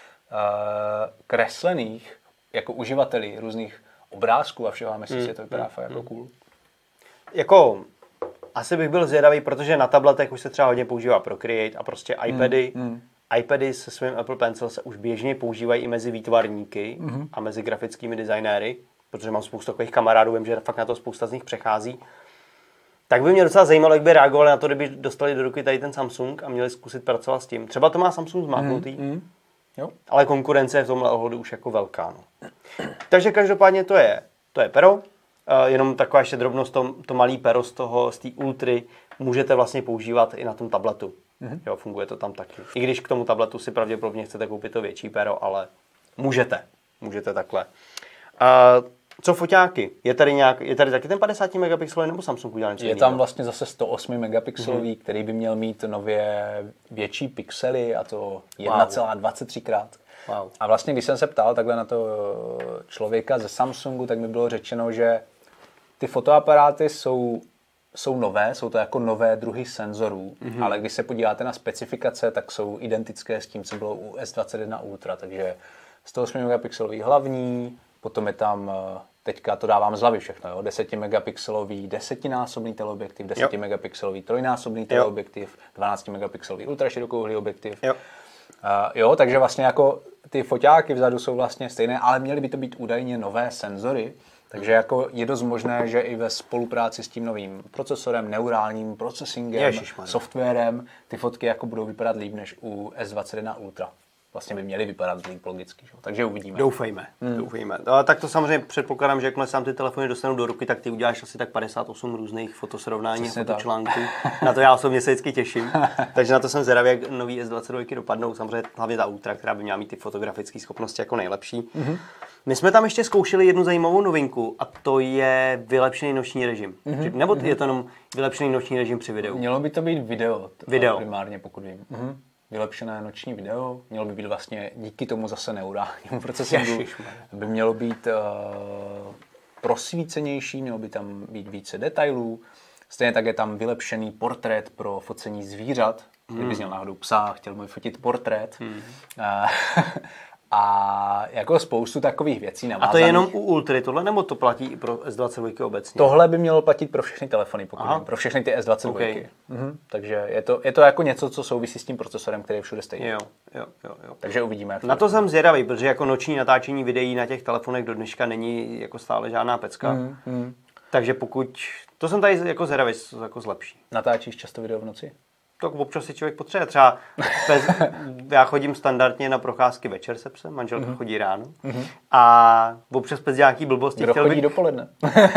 kreslených, jako uživatelí různých obrázků a všeho, a myslím hmm, si, že to vypadá hmm, fakt jako cool. Jako... Asi bych byl zvědavý, protože na tabletech už se třeba hodně používá Procreate a prostě iPady. Mm, mm. iPady se svým Apple Pencil se už běžně používají i mezi výtvarníky mm-hmm. a mezi grafickými designéry, protože mám spoustu takových kamarádů, vím, že fakt na to spousta z nich přechází. Tak by mě docela zajímalo, jak by reagovali na to, kdyby dostali do ruky tady ten Samsung a měli zkusit pracovat s tím. Třeba to má Samsung zmáknutý, mm-hmm. jo. Ale konkurence je v tomhle ohledu už jako velká. No. Takže každopádně to je, to je pero. Uh, jenom taková ještě drobnost, to, to malý pero z toho, z té Ultry můžete vlastně používat i na tom tabletu. Mm-hmm. Jo, funguje to tam taky. I když k tomu tabletu si pravděpodobně chcete koupit to větší pero, ale můžete. Můžete takhle. Uh, co foťáky? Je tady, nějak, je tady taky ten padesát megapixelový nebo Samsung udělal něco Je jiného? tam vlastně zase sto osm megapixelový, mm-hmm. který by měl mít nově větší pixely a to jedna celá dvacet tři krát. Wow. A vlastně, když jsem se ptal takhle na to člověka ze Samsungu, tak mi bylo řečeno, že ty fotoaparáty jsou, jsou nové, jsou to jako nové druhy senzorů, mm-hmm. ale když se podíváte na specifikace, tak jsou identické s tím, co bylo u S dvacet jedna Ultra, takže sto osm megapixelový hlavní, potom je tam, teďka to dávám z hlavy všechno, jo, deset megapixelový desetinásobný teleobjektiv, deset megapixelový trojnásobný teleobjektiv, dvanáct megapixelový ultraširokouhlý objektiv. Jo. Uh, jo, takže vlastně jako ty foťáky vzadu jsou vlastně stejné, ale měly by to být údajně nové senzory, takže jako je dost možné, že i ve spolupráci s tím novým procesorem, neurálním procesingem, Ježišmarja. softwarem, ty fotky jako budou vypadat líp než u S dvacet jedna Ultra. Vlastně by měly vypadat líp logicky, že? Takže uvidíme. Doufejme, hmm. doufejme. No, tak to samozřejmě předpokládám, že jakmile sám ty telefony dostanou do ruky, tak ty uděláš asi tak padesát osm různých fotosrovnání a fotočlánků. Na to já osobně se vždycky těším. Takže na to jsem zvědavý, jak nový S dvacet dva dopadnou. Samozřejmě hlavně ta Ultra, která by měla mít ty fotografické schopnosti jako nejlepší. Mm-hmm. My jsme tam ještě zkoušeli jednu zajímavou novinku a to je vylepšený noční režim. Mm-hmm. Nebo je to jenom vylepšený noční režim při videu? Mělo by to být video, video. primárně, pokud vím. Mm-hmm. Vylepšené noční video, mělo by být vlastně díky tomu zase neurálnímu procesingu, by mělo být uh, prosvícenější, mělo by tam být více detailů, stejně tak je tam vylepšený portrét pro focení zvířat, hmm. kdyby měl náhodou psa, chtěl mu fotit portrét. Hmm. Uh, A jako spoustu takových věcí navázaných. A to je jenom u Ultry tohle, nebo to platí i pro S dvacet dva obecně? Tohle by mělo platit pro všechny telefony, pokud vím, pro všechny ty S dvacet dva. Okay. Mhm. Takže je to, je to jako něco, co souvisí s tím procesorem, který je všude stejný. Jo, jo, jo, jo. Takže uvidíme. Jak na to jsem zvědavý, protože jako noční natáčení videí na těch telefonech do dneška není jako stále žádná pecka. Mm, mm. Takže pokud... To jsem tady jako zvědavý, co to jako zlepší. Natáčíš často video v noci? Tak občas si člověk potřebuje. Třeba bez, já chodím standardně na procházky večer se psem, manželka mm-hmm. chodí ráno. Mm-hmm. A občas bez nějaký blbosti. Kdo chtěl chodí bych... dopoledne?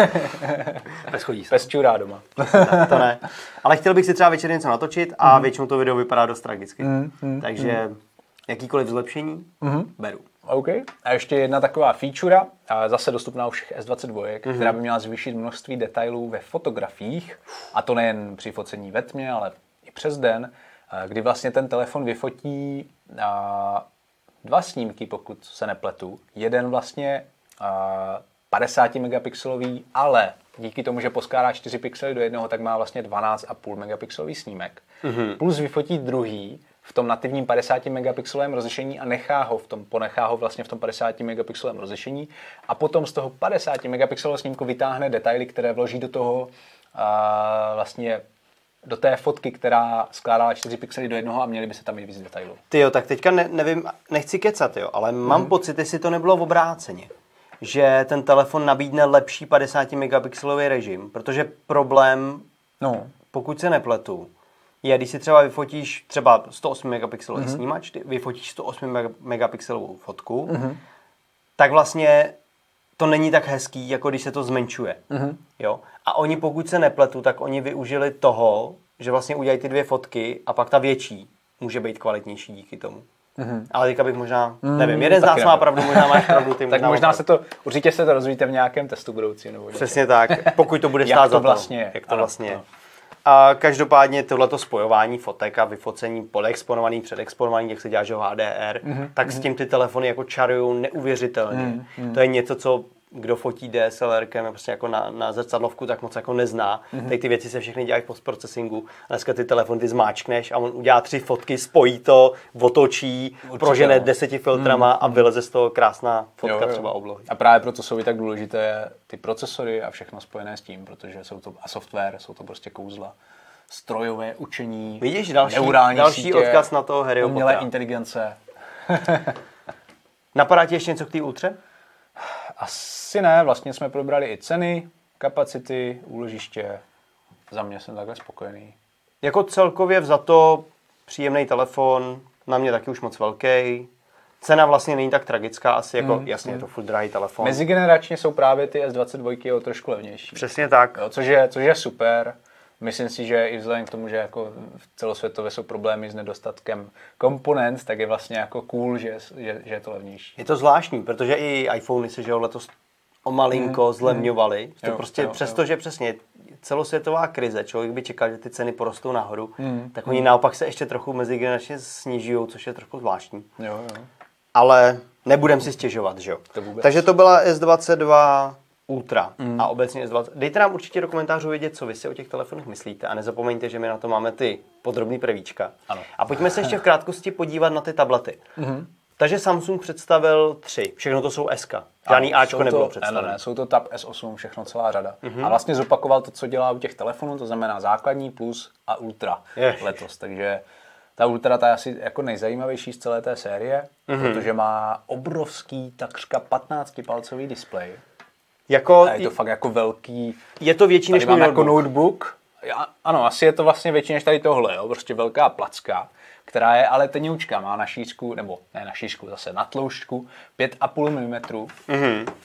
Bez chodí se. Bez čurá doma. Tak, to ne. Ale chtěl bych si třeba večer něco natočit a mm-hmm. většinou to video vypadá dost tragicky. Mm-hmm. Takže mm-hmm. jakýkoliv zlepšení mm-hmm. beru. OK. A ještě jedna taková feature, zase dostupná u všech S dvacet dva, mm-hmm. která by měla zvýšit množství detailů ve fotografiích. A to nejen při focení ve tmě, ale přes den, kdy vlastně ten telefon vyfotí dva snímky, pokud se nepletu. Jeden vlastně padesát megapixelový, ale díky tomu, že poskládá čtyři pixely do jednoho, tak má vlastně dvanáct celá pět megapixelový snímek. Mm-hmm. Plus vyfotí druhý v tom nativním padesát megapixelovém rozlišení a nechá ho v tom, ponechá ho vlastně v tom padesát megapixelovém rozlišení a potom z toho padesát megapixelového snímku vytáhne detaily, které vloží do toho a, vlastně do té fotky, která skládala čtyři pixely do jednoho a měly by se tam mít víc detailů. Ty jo, tak teďka ne, nevím, nechci kecat, jo, ale mám hmm. pocit, jestli to nebylo v obráceně, že ten telefon nabídne lepší padesát megapixelový režim, protože problém, no. pokud se nepletu, je, když si třeba vyfotíš třeba sto osm megapixelový mm-hmm. snímač, ty vyfotíš sto osm megapixelovou fotku, mm-hmm. tak vlastně to není tak hezký, jako když se to zmenšuje. Mm-hmm. Jo? A oni, pokud se nepletu, tak oni využili toho, že vlastně udělají ty dvě fotky a pak ta větší může být kvalitnější díky tomu. Mm-hmm. Ale teďka bych možná, nevím, jeden z nás má pravdu, možná máš pravdu, ty tak možná se to, určitě se to rozvíjíte v nějakém testu budoucí. Nebo přesně tak, pokud to bude stát za to. Vlastně, jak to ano, vlastně je. A každopádně tohleto spojování fotek a vyfocení podexponovaný, předexponovaný, jak se dělá, že H D R, mm-hmm. tak s tím ty telefony jako čarujou neuvěřitelně. Mm-hmm. To je něco, co kdo fotí D S L R kem prostě jako na, na zrcadlovku, tak moc jako nezná. Mm-hmm. Tady ty věci se všechny dělají v postprocesingu. Dneska ty telefony ty zmáčkneš a on udělá tři fotky, spojí to, otočí, určitě, prožene deseti filtrama mm-hmm. a vyleze z toho krásná fotka jo, jo. třeba oblohy. A právě proto jsou i tak důležité ty procesory a všechno spojené s tím, protože jsou to a software, jsou to prostě kouzla. strojové učení, vidíš, další, neurální další sítě, odkaz na toho Harryho umělé Pottera. inteligence. Napadá ti ještě něco k té Ultře? Asi ne, vlastně jsme probrali i ceny, kapacity, úložiště. Za mě jsem takhle spokojený. Jako celkově vzato příjemný telefon, na mě taky už moc velký. Cena vlastně není tak tragická, asi jako, mm, jasně, mm. je to furt drahý telefon. Mezigeneračně jsou právě ty S dvacet dva o trošku levnější. Přesně tak. Jo, což, je, což je super. Myslím si, že i vzhledem k tomu, že jako celosvětově jsou problémy s nedostatkem komponent, tak je vlastně jako cool, že, že, že je to levnější. Je to zvláštní, protože i iPhony se že jo, letos o malinko mm. zlevňovaly. To jo, prostě jo, přesto, jo. že přesně celosvětová krize, člověk by čekal, že ty ceny porostou nahoru, mm. tak oni mm. naopak se ještě trochu mezigeneračně snižují, což je trošku zvláštní. Jo, jo. Ale nebudem si stěžovat, že jo. To vůbec. Takže to byla S dvacet dva Ultra mm. a obecně S dvacet. Dejte nám určitě do komentářů vědět, co vy si o těch telefonech myslíte a nezapomeňte, že my na to máme ty podrobný prevíčka. Ano. A pojďme se ještě v krátkosti podívat na ty tablety. Mm-hmm. Takže Samsung představil tři, všechno to jsou S. Žádný ano, Ačko nebylo to, představené. Ne, ne, jsou to Tab S osm, všechno celá řada. Mm-hmm. A vlastně zopakoval to, co dělá u těch telefonů, to znamená základní, plus a Ultra je. letos. Takže ta Ultra ta je asi jako nejzajímavější z celé té série, mm-hmm. protože má obrovský, takřka patnáctipalcový displej. Jako, a je to fakt jako velký. Je to větší než můj jako notebook. notebook. Já, ano, asi je to vlastně větší než tady tohle, jo? Prostě velká placka, která je ale tenoučka, má na šířku, nebo ne na šířku, zase na tloušťku pět a půl milimetru. Mm-hmm. Uh,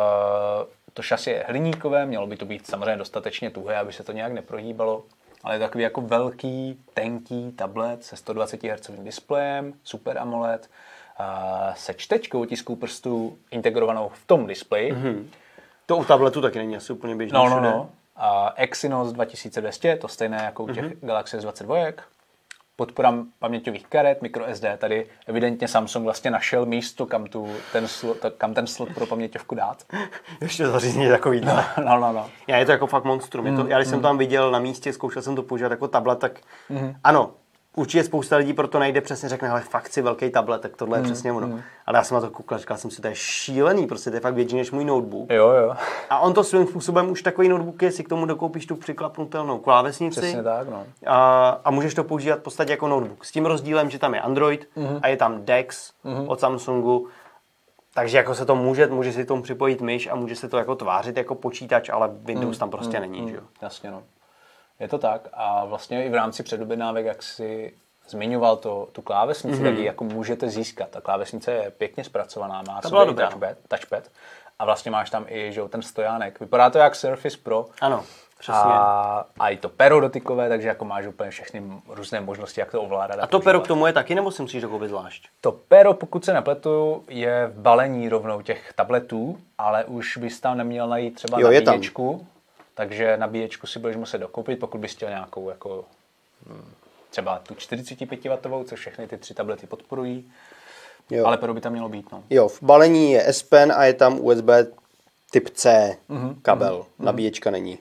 to šasi je hliníkové, mělo by to být samozřejmě dostatečně tuhé, aby se to nějak neprohýbalo, ale je takový jako velký, tenký tablet se sto dvacet hertzů displejem, Super AMOLED, uh, se čtečkou otisků prstů integrovanou v tom displeji. Mm-hmm. To u tabletu taky není asi úplně běžný. No, no, no. A Exynos dva tisíce dvě stě, to stejné jako u těch mm-hmm. Galaxy S dvacet dva. Podpora paměťových karet, microSD. Tady evidentně Samsung vlastně našel místo, kam, tu, ten, slot, kam ten slot pro paměťovku dát. Ještě zařízení takový. No, no, no, no. Já je to jako fakt monstrum. Mm, je to, já když mm. jsem tam viděl na místě, zkoušel jsem to používat jako tablet, tak mm. ano, určitě spousta lidí proto najde, přesně řekne, ale fakt si velký tablet, tak tohle je mm, přesně ono. Mm. Ale já jsem na to koukal, říkal jsem si, to je šílený, prostě to je fakt větší než můj notebook. Jo, jo. A on to svým způsobem už takový notebook je, si k tomu dokoupíš tu přiklapnutelnou klávesnici. Přesně tak, no. A, a můžeš to používat v podstatě jako notebook. S tím rozdílem, že tam je Android mm. a je tam Dex mm. od Samsungu. Takže jako se to může, může si tomu připojit myš a může se to jako tvářit jako počítač, ale Windows mm. tam prostě mm. není, mm. že jo. Jasně, no. Je to tak a vlastně i v rámci předobjednávek, jak si zmiňoval to, tu klávesnici, mm-hmm. tak ji jako můžete získat. Ta klávesnice je pěkně zpracovaná, má sobě i touchpad, touchpad a vlastně máš tam i že, ten stojánek. Vypadá to jak Surface Pro. Ano, přesně. A, a i to pero dotykové, takže jako máš úplně všechny různé možnosti, jak to ovládat. A, a to pero k tomu je taky, nebo si musíš dokoupit zvlášť? To pero, pokud se nepletu, je v balení rovnou těch tabletů, ale už bys tam neměl najít třeba jo, nabíječku, takže nabíječku si budeš muset dokoupit, pokud bys chtěl nějakou jako... Hmm, třeba tu čtyřicet pět wattů, což všechny ty tři tablety podporují, jo. Ale pero by tam mělo být. No. Jo, v balení je S Pen a je tam U S B typ C mm-hmm. kabel, mm-hmm. nabíječka není.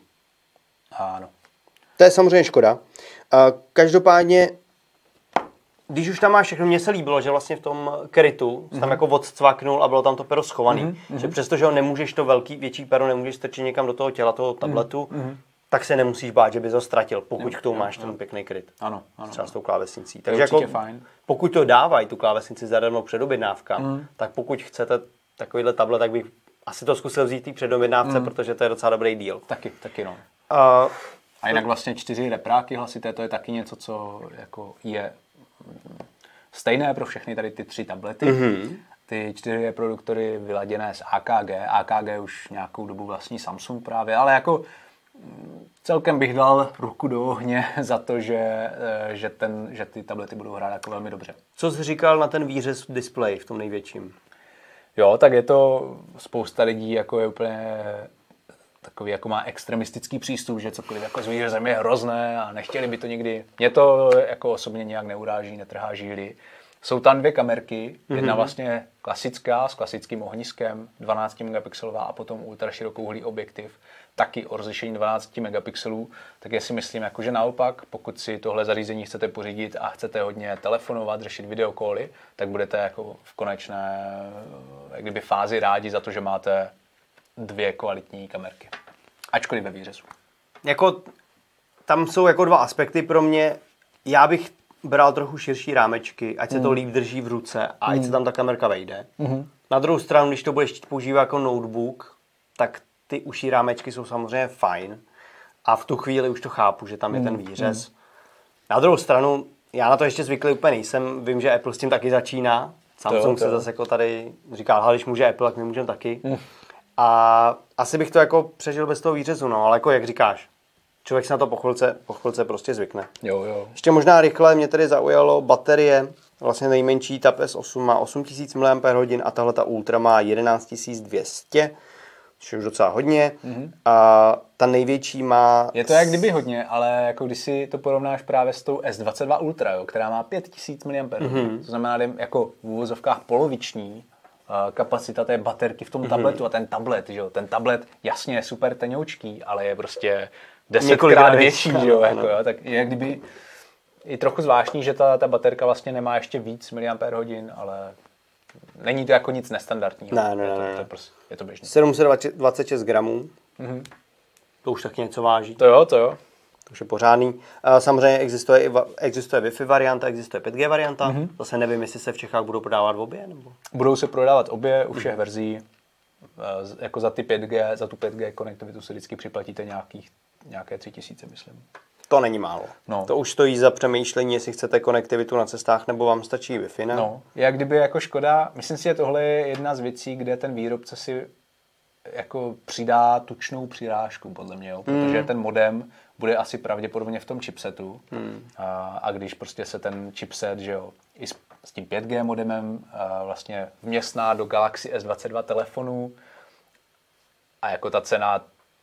Ano. To je samozřejmě škoda. Každopádně, když už tam máš všechno, mně se líbilo, že vlastně v tom krytu mm-hmm. tam jako odcvaknul a bylo tam to pero schovaný. Mm-hmm. Že přestože ho nemůžeš to velký, větší pero nemůžeš strčit někam do toho těla toho tabletu, mm-hmm. tak se nemusíš bát, že bys ho ztratil, pokud jo, k tomu jo, máš jo. ten pěkný kryt. Ano, ano. Třeba s tou klávesnicí. Takže jako, fajn. Pokud to dávají, tu klávesnici zadarmo před objednávkám, mm. tak pokud chcete takovýhle tablet, tak bych asi to zkusil vzít tý před objednávce, mm. protože to je docela dobrý deal. Taky, taky no. Uh, A jinak vlastně čtyři repráky hlasité, to je taky něco, co jako je stejné pro všechny tady ty tři tablety. Mm-hmm. Ty čtyři reproduktory vyladěné z A K G. A K G už nějakou dobu vlastní Samsung právě, ale jako celkem bych dal ruku do ohně za to, že, že, ten, že ty tablety budou hrát jako velmi dobře. Co jsi říkal na ten výřez displeji v tom největším? Jo, tak je to spousta lidí, jako je úplně takový, jako má extremistický přístup, že cokoliv jako s výřezem je hrozné a nechtěli by to nikdy. Mě to jako osobně nějak neuráží, netrhá žíly. Jsou tam dvě kamerky, jedna mm-hmm. vlastně klasická s klasickým ohniskem, dvanáct megapixelová a potom ultraširokouhlý objektiv, taky o rozlišení dvanáct megapixelů, tak já si myslím, jako, že naopak, pokud si tohle zařízení chcete pořídit a chcete hodně telefonovat, řešit videokoly, tak budete jako v konečné jak kdyby fázi rádi za to, že máte dvě kvalitní kamerky. Ačkoliv ve výřezu. Jako tam jsou jako dva aspekty pro mě. Já bych bral trochu širší rámečky, ať se mm. to líp drží v ruce a ať mm. se tam ta kamerka vejde. Mm. Na druhou stranu, když to budeš používat jako notebook, tak ty uší rámečky jsou samozřejmě fajn. A v tu chvíli už to chápu, že tam je ten výřez. Mm. Na druhou stranu, já na to ještě zvyklý úplně nejsem. Vím, že Apple s tím taky začíná. Samsung to, to. se zase jako tady říká, když může Apple, tak my můžeme taky. Mm. A asi bych to jako přežil bez toho výřezu, no, ale jako jak říkáš, člověk se na to po chvilce, po chvilce prostě zvykne. Jo, jo. Ještě možná rychle mě tady zaujalo baterie, vlastně nejmenší Tab S osm má osm tisíc miliampérhodin a tahle ta Ultra má jedenáct tisíc dvě stě, což je už docela hodně. Mm-hmm. A ta největší má... Je to jak kdyby hodně, ale jako když si to porovnáš právě s tou S dvacet dva Ultra, jo, která má pět tisíc miliampérhodin, mm-hmm. to znamená jako v úvozovkách poloviční kapacita té baterky v tom mm-hmm. tabletu a ten tablet, že jo, ten tablet jasně je super tenoučký, ale je prostě desetkrát větší, že jo, jako, jo, tak je jak kdyby i trochu zvláštní, že ta, ta baterka vlastně nemá ještě víc miliampérhodin, ale není to jako nic nestandardního. Ne, ne, je, to, ne, to, to je prostě, je to běžné. sedm set dvacet šest gramů, mm-hmm. to už taky něco váží. To jo, to jo. To už je pořádný. Samozřejmě existuje, i, existuje Wi-Fi varianta, existuje pět G varianta. Mm-hmm. Zase nevím, jestli se v Čechách budou prodávat obě. Nebo? Budou se prodávat obě u všech mm-hmm. verzí. Jako za ty pět G, za tu pět G konektivitu si vždycky připlatíte nějakých, nějaké tři tisíce, myslím. To není málo. No. To už stojí za přemýšlení, jestli chcete konektivitu na cestách, nebo vám stačí Wi-Fi, ne? No, jak kdyby jako škoda, myslím si, že tohle je jedna z věcí, kde ten výrobce si jako přidá tučnou přirážku, podle mě, jo? Protože mm. ten modem bude asi pravděpodobně v tom chipsetu mm. a, a když prostě se ten chipset, že jo, i s, s tím pět G modemem a vlastně vměstná do Galaxy S dvacet dva telefonu a jako ta cena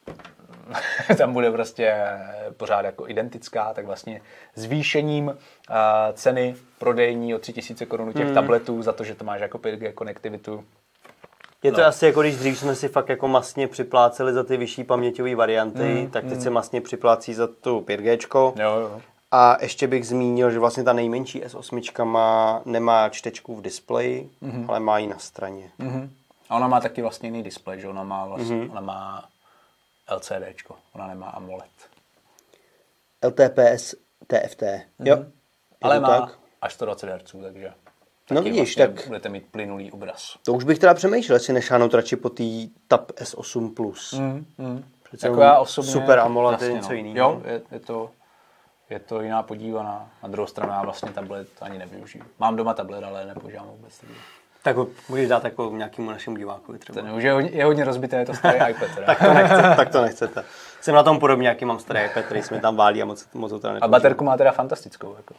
tam bude prostě pořád jako identická, tak vlastně zvýšením uh, ceny prodejní o tři tisíce korun těch mm. tabletů za to, že to máš jako pět G konektivitu. Je to no. asi jako když dřív jsme si fakt jako masně připláceli za ty vyšší paměťové varianty, mm, tak teď mm. se masně připlácí za tu pět G. Jo, jo. A ještě bych zmínil, že vlastně ta nejmenší S osm má, nemá čtečku v displeji, mm-hmm. ale má ji na straně. Mm-hmm. A ona má taky vlastně jiný displej, že ona má vlastně, mm-hmm. ona má LCDčko, ona nemá AMOLED. L T P S T F T, mm-hmm. jo. Ale má tak? Až sto dvacet hertzů, takže no vidíš, vlastně tak budete mít plynulý obraz. To už bych teda přemýšlel, jestli nešáhnout radši po té Tab S osm plus. Mm, mm. Jako já osobně, super AMOLED je něco no. jiného. Jo, je, je, to, je to jiná podívaná. Na druhou stranu já vlastně tablet ani nevyužiju. Mám doma tablet, ale nepoužívám vůbec. Tak ho můžeš dát jako nějakému našemu divákovi třeba. Ten už je hodně, je hodně rozbité, je to starý iPad. tak, to nechcete, tak to nechcete. Jsem na tom podobně, jaký mám starý iPad, který jsme tam válí a moc, moc to teda nepoužívám. A baterku má teda fantastickou. Jako.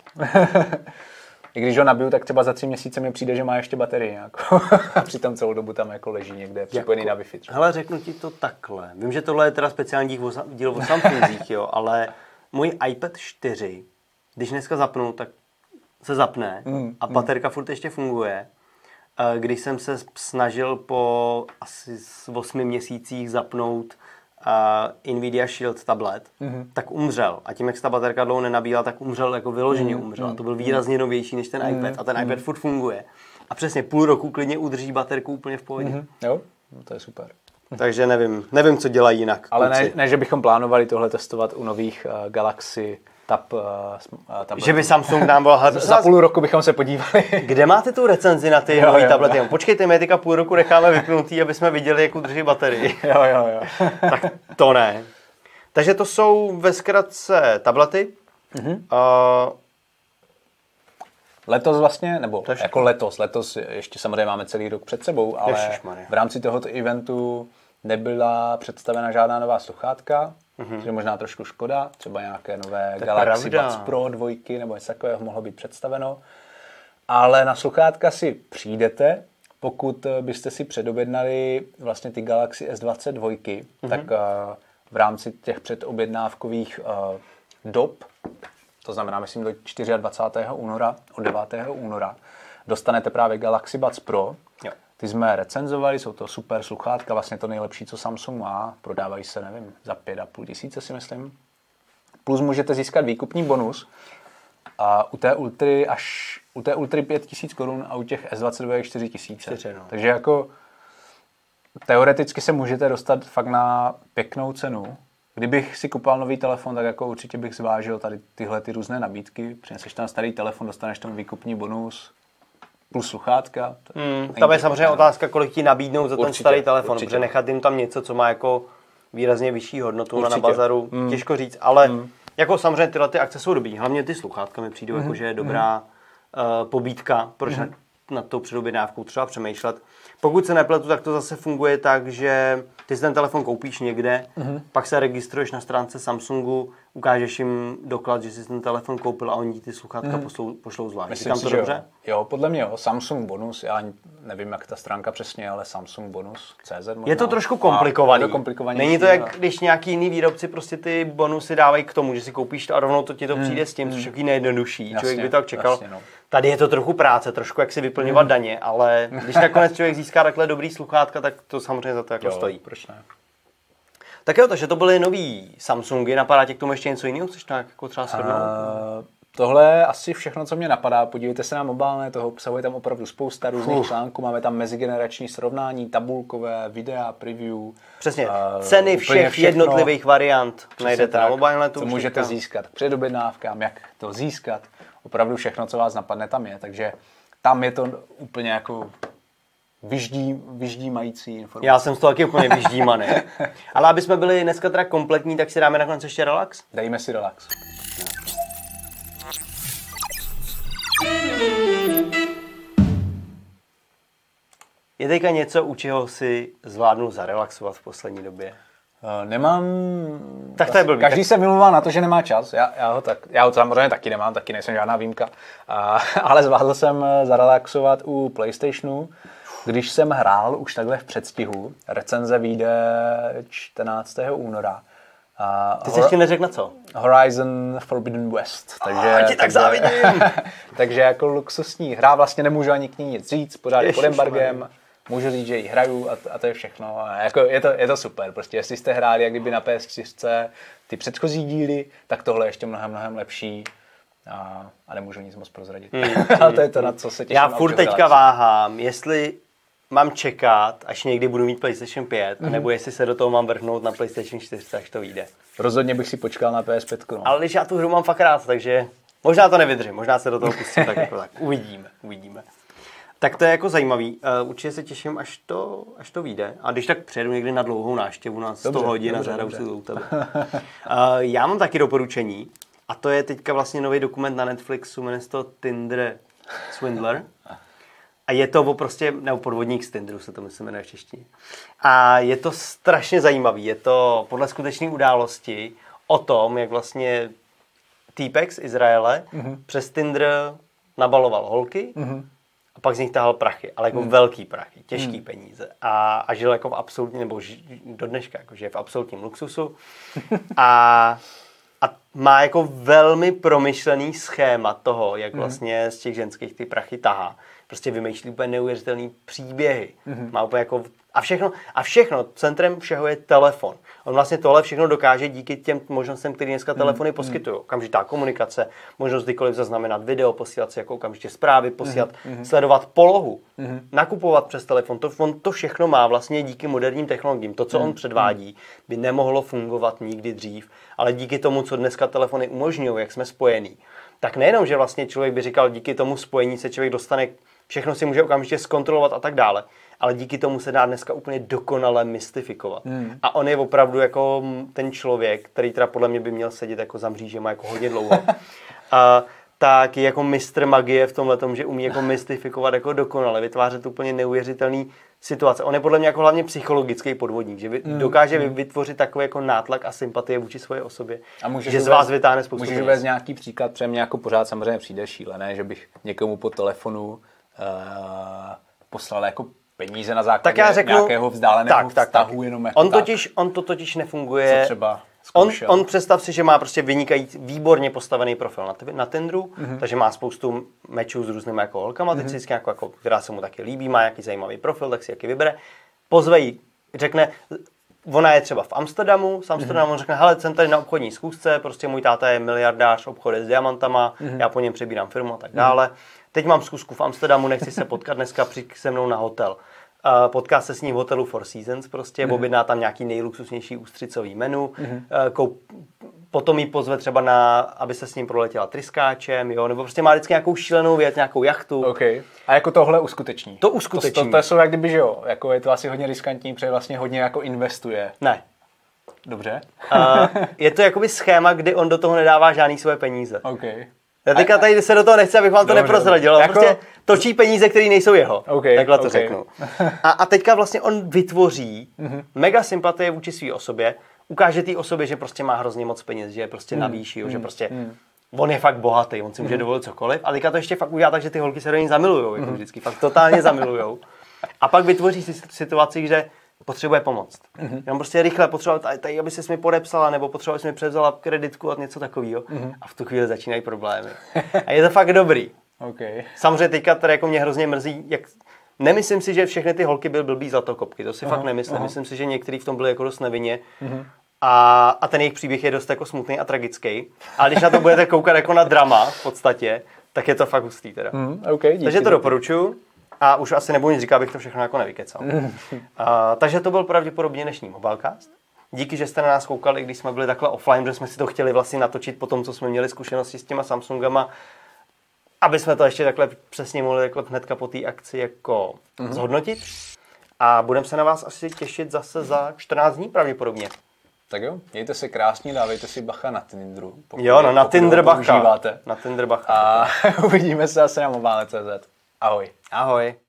I když ho nabiju, tak třeba za tři měsíce mi přijde, že má ještě baterii. Jako. A přitom celou dobu tam jako leží někde připojený jako, na Wi-Fi. Třeba. Hele, řeknu ti to takhle. Vím, že tohle je teda speciální díl o Samsungích, jo, ale můj iPad čtyři, když dneska zapnu, tak se zapne mm, a baterka mm. furt ještě funguje. Když jsem se snažil po asi osmi měsících zapnout uh, Nvidia Shield tablet, mm-hmm. tak umřel. A tím, jak se ta baterka dlouho nenabíjela, tak umřel, jako vyloženě mm-hmm. umřel. A to byl výrazně novější než ten mm-hmm. iPad. A ten mm-hmm. iPad furt funguje. A přesně půl roku klidně udrží baterku úplně v pohodě. Mm-hmm. Jo, no to je super. Takže nevím, nevím, co dělají jinak. Ale ne, ne, že bychom plánovali tohle testovat u nových uh, Galaxy Tab, uh, tabletů. Že by Samsung nám byl... Za půl roku bychom se podívali. Kde máte tu recenzi na ty nové tablety? Počkejte, my teďka půl roku necháme vypnutý, aby jsme viděli, jak udrží baterii. Jo, jo, jo. Tak to ne. Takže to jsou ve zkratce tablety. Mm-hmm. Uh, letos vlastně, nebo jako letos, letos ještě samozřejmě máme celý rok před sebou, ale Ježišmarja. V rámci tohoto eventu nebyla představena žádná nová sluchátka, mm-hmm. že možná trošku škoda, třeba nějaké nové Galaxy Buds Pro dvojky nebo něco takového mohlo být představeno. Ale na sluchátka si přijdete, pokud byste si předobjednali vlastně ty Galaxy S dvacet dva, mm-hmm. tak uh, v rámci těch předobjednávkových uh, dob, to znamená myslím do dvacátého čtvrtého února, od devátého února, dostanete právě Galaxy Buds Pro. Jo. Ty jsme recenzovali, jsou to super sluchátka, vlastně to nejlepší, co Samsung má. Prodávají se, nevím, za pět a půl tisíce si myslím. Plus můžete získat výkupní bonus. A u té Ultry až u té Ultry pět tisíc korun a u těch S dvacet dva je čtyři tisíce. No. Takže jako teoreticky se můžete dostat fakt na pěknou cenu kdybych si kupoval nový telefon, tak jako určitě bych zvážil tady tyhle ty různé nabídky. Přineseš tam starý telefon, dostaneš tam výkupní bonus plus sluchátka. Hmm, tam je samozřejmě otázka, kolik ti nabídnou za určitě, ten starý telefon, určitě. Protože nechat jim tam něco, co má jako výrazně vyšší hodnotu určitě. Na bazaru, hmm. těžko říct, ale hmm. jako samozřejmě tyhle ty akce jsou dobrý. Hlavně ty sluchátka mi přijdou, hmm. jako, že je dobrá hmm. uh, pobídka, proč hmm. nad tou předobědnávkou třeba přemýšlet. Pokud se nepletu, tak to zase funguje tak, že ty si ten telefon koupíš někde, mm-hmm. pak se registruješ na stránce Samsungu, ukážeš jim doklad, že jsi ten telefon koupil a oni ty sluchátka mm-hmm. pošlou, pošlou zvlášť. Myslím si, to dobře? Jo. jo, podle mě jo. Samsung Bonus, já nevím, jak ta stránka přesně, ale Samsung Bonus tečka cé zet možná. Je to trošku komplikovaný. Je to komplikovaný. Není to jak když nějaký jiný výrobci prostě ty bonusy dávají k tomu, že si koupíš to a rovnou to ti to mm. přijde s tím, což je mm. nejjednodušší. Jasně, člověk by tak čekal. Jasně, no. Tady je to trochu práce, trošku jak si vyplňovat mm. daně, ale když nakonec člověk získá takhle dobrý sluchátka, tak to samozřejmě za to jako jo, stojí. Proč ne? Tak jo, takže to byly nový Samsungy, napadá tě k tomu ještě něco jiného, chceš to jako třeba shrnout? Uh, tohle je asi všechno, co mě napadá. Podívejte se na mobilné, toho obsahuje tam opravdu spousta různých uh. článků, máme tam mezigenerační srovnání, tabulkové, videa, preview. Přesně, uh, ceny všech všechno, jednotlivých variant najdete na mobilnetu. Co můžete získat k předobědnávkám, jak to získat, opravdu všechno, co vás napadne, tam je, takže tam je to úplně jako vyždí, vyždímající informace. Já jsem z toho taky úplně vyždímaný. Ale aby jsme byli dneska teda kompletní, tak si dáme nakonec ještě relax? Dejme si relax. Je teďka něco, u čeho si zvládnu zarelaxovat v poslední době? Uh, nemám... Tak to je blbý. Každý se vymlouvá na to, že nemá čas. Já, já, ho, tak, já ho samozřejmě taky nemám, taky nejsem žádná výjimka. Uh, ale zvládl jsem zarelaxovat u PlayStationu, když jsem hrál už takhle v předstihu. Recenze vyjde čtrnáctého února. Uh, Ty jsi ještě neřekl na co? Horizon Forbidden West. Takže, oh, ti tak závidím! takže jako luxusní hra, vlastně nemůžu ani k ní nic říct, pořád pod embargem. Můžu říct, že ji hraju a, t- a to je všechno. A jako je, to, je to super. Prostě jestli jste hráli jak kdyby na P S čtyři ty předchozí díly, tak tohle je ještě mnohem, mnohem lepší. A, a nemůžu nic moc prozradit. Mm, ale to je to, na co se těším. Já furt teďka relaxu. váhám, jestli mám čekat, až někdy budu mít PlayStation pět, mm-hmm. nebo jestli se do toho mám vrhnout na PlayStation čtyři, až to vyjde. Rozhodně bych si počkal na P S pět. No. Ale když já tu hru mám fakt rád, takže možná to nevydržím, možná se do toho pustím tak jako tak. Uvidíme, uvidíme. Tak to je jako zajímavý. Uh, určitě se těším, až to, až to vyjde. A když tak přijedu někdy na dlouhou návštěvu na sto hodin a zahraju si to u tebe. Uh, já mám taky doporučení. A to je teďka vlastně nový dokument na Netflixu, jmenuje se to Tinder Swindler. A je to prostě, nebo podvodník z Tinderu se to myslím jmenuje v češtině. A je to strašně zajímavý. Je to podle skutečné události o tom, jak vlastně týpek z Izraele mm-hmm. přes Tinder nabaloval holky, mm-hmm. a pak z nich tahal prachy, ale jako hmm. velký prachy, těžký hmm. peníze. A, a žil jako v absolutní, nebo ži, do dneška, jako žije v absolutním luxusu. a, a má jako velmi promyšlený schéma toho, jak vlastně z těch ženských ty prachy tahá. Prostě vymýšlí úplně neuvěřitelný příběhy. Hmm. Má úplně jako... A všechno, a všechno, centrem všeho je telefon. On vlastně tohle všechno dokáže díky těm možnostem, které dneska telefony mm, poskytují. Okamžitá komunikace, možnost kdykoliv zaznamenat video, posílat si jako okamžitě zprávy, posílat, mm, sledovat polohu, mm. nakupovat přes telefon. To, on to všechno má vlastně díky moderním technologiím. To, co mm, on předvádí, by nemohlo fungovat nikdy dřív. Ale díky tomu, co dneska telefony umožňují, jak jsme spojení, tak nejenom, že vlastně člověk by říkal, díky tomu spojení se člověk dostane, všechno si může okamžitě zkontrolovat a tak dále. Ale díky tomu se dá dneska úplně dokonale mystifikovat. Hmm. A on je opravdu jako ten člověk, který teda podle mě by měl sedět jako za mřížema jako hodně dlouho. A tak je jako mistr magie v tomhletom, že umí jako mystifikovat jako dokonale, vytvářet úplně neuvěřitelný situace. On je podle mě jako hlavně psychologický podvodník, že hmm. dokáže hmm. vytvořit takový jako nátlak a sympatie vůči své osobě, a že z vás vytáhne spoustu peněz. Můžeš uvést nějaký příklad, protože mě jako pořád samozřejmě přijde šílené, že bych někomu po telefonu uh, poslal jako peníze na základě tak já řeknu, nějakého vzdáleného tak, tak, vztahu, tak. Jenom jako on, totiž, on to totiž nefunguje. Co třeba on, on představ si, že má prostě vynikající, výborně postavený profil na, na Tinderu, mm-hmm. takže má spoustu mečů s různými jako holkama, mm-hmm. teď si jako, jako, která se mu taky líbí, má nějaký zajímavý profil, tak si jaký vybere. Pozve jí, řekne, ona je třeba v Amsterdamu, z Amsterdamu mm-hmm. řekne, hele, jsem tady na obchodní schůzce, prostě můj táta je miliardář, obchoduje s diamantama, mm-hmm. já po něm přebírám firmu a tak dále. Mm-hmm. Teď mám schůzku v Amsterdamu, nechci se potkat dneska, přijď se mnou na hotel. potká se s ním v hotelu Four Seasons prostě, mm-hmm. objedná tam nějaký nejluxusnější ústřicový menu, mm-hmm. koup, potom jí pozve třeba na, aby se s ním proletěla tryskáčem, jo, nebo prostě má vždycky nějakou šílenou věc, nějakou jachtu. Okay. A jako tohle uskuteční? To uskuteční. To, to, to jsou jak kdyby, že jo, jako je to asi hodně riskantní, protože vlastně hodně jako investuje. Ne. Dobře. uh, je to jakoby schéma, kdy on do toho nedává žádný svoje peníze. Okay. Já teďka tady se do toho nechci, abych vám to neprozradil. On jako... prostě točí peníze, které nejsou jeho. Okay, Takhle to okay. řeknu. A, a teďka vlastně on vytvoří mm-hmm. mega sympatie vůči své osobě, ukáže té osobě, že prostě má hrozně moc peněz, že je prostě mm. na výši, mm. že prostě mm. on je fakt bohatý, on si může mm. dovolit cokoliv. A teďka to ještě fakt udělá tak, že ty holky se do něj zamilujou, jako mm. vždycky, fakt totálně zamilujou. A pak vytvoří si situaci, kde potřebuje pomoct. Mm-hmm. Jenom prostě rychle potřebuje tady, tady, aby se mi podepsala, nebo potřebuje, aby se mi převzala kreditku a něco takového. Mm-hmm. A v tu chvíli začínají problémy. A je to fakt dobrý. Okay. Samozřejmě teďka tady jako mě hrozně mrzí, jak... Nemyslím si, že všechny ty holky byly blbý zlatokopky, to si aha, fakt nemyslím. Aha. Myslím si, že některý v tom byli jako dost nevinně. Mm-hmm. A, a ten jejich příběh je dost jako smutný a tragický. A když na to budete koukat jako na drama v podstatě, tak je to fakt hustý teda. Mm, okay, díky, takže to doporučuji. A už asi nebudu nic říkat, abych to všechno jako nevykecal. a, takže to byl pravděpodobně dnešní Mobilecast. Díky, že jste na nás koukali, když jsme byli takhle offline, protože jsme si to chtěli vlastně natočit po tom, co jsme měli zkušenosti s těma Samsungama, aby jsme to ještě takhle přesně mohli takhle hnedka po té akci jako mm-hmm. zhodnotit. A budeme se na vás asi těšit zase za čtrnáct dní pravděpodobně. Tak jo, mějte se krásně, dávejte si bacha na Tinderu. Jo, no na Tinder bacha. Na Tinder bacha. A uvidíme se zase na mobile tečka cé zet. Ahoj. Ahoj.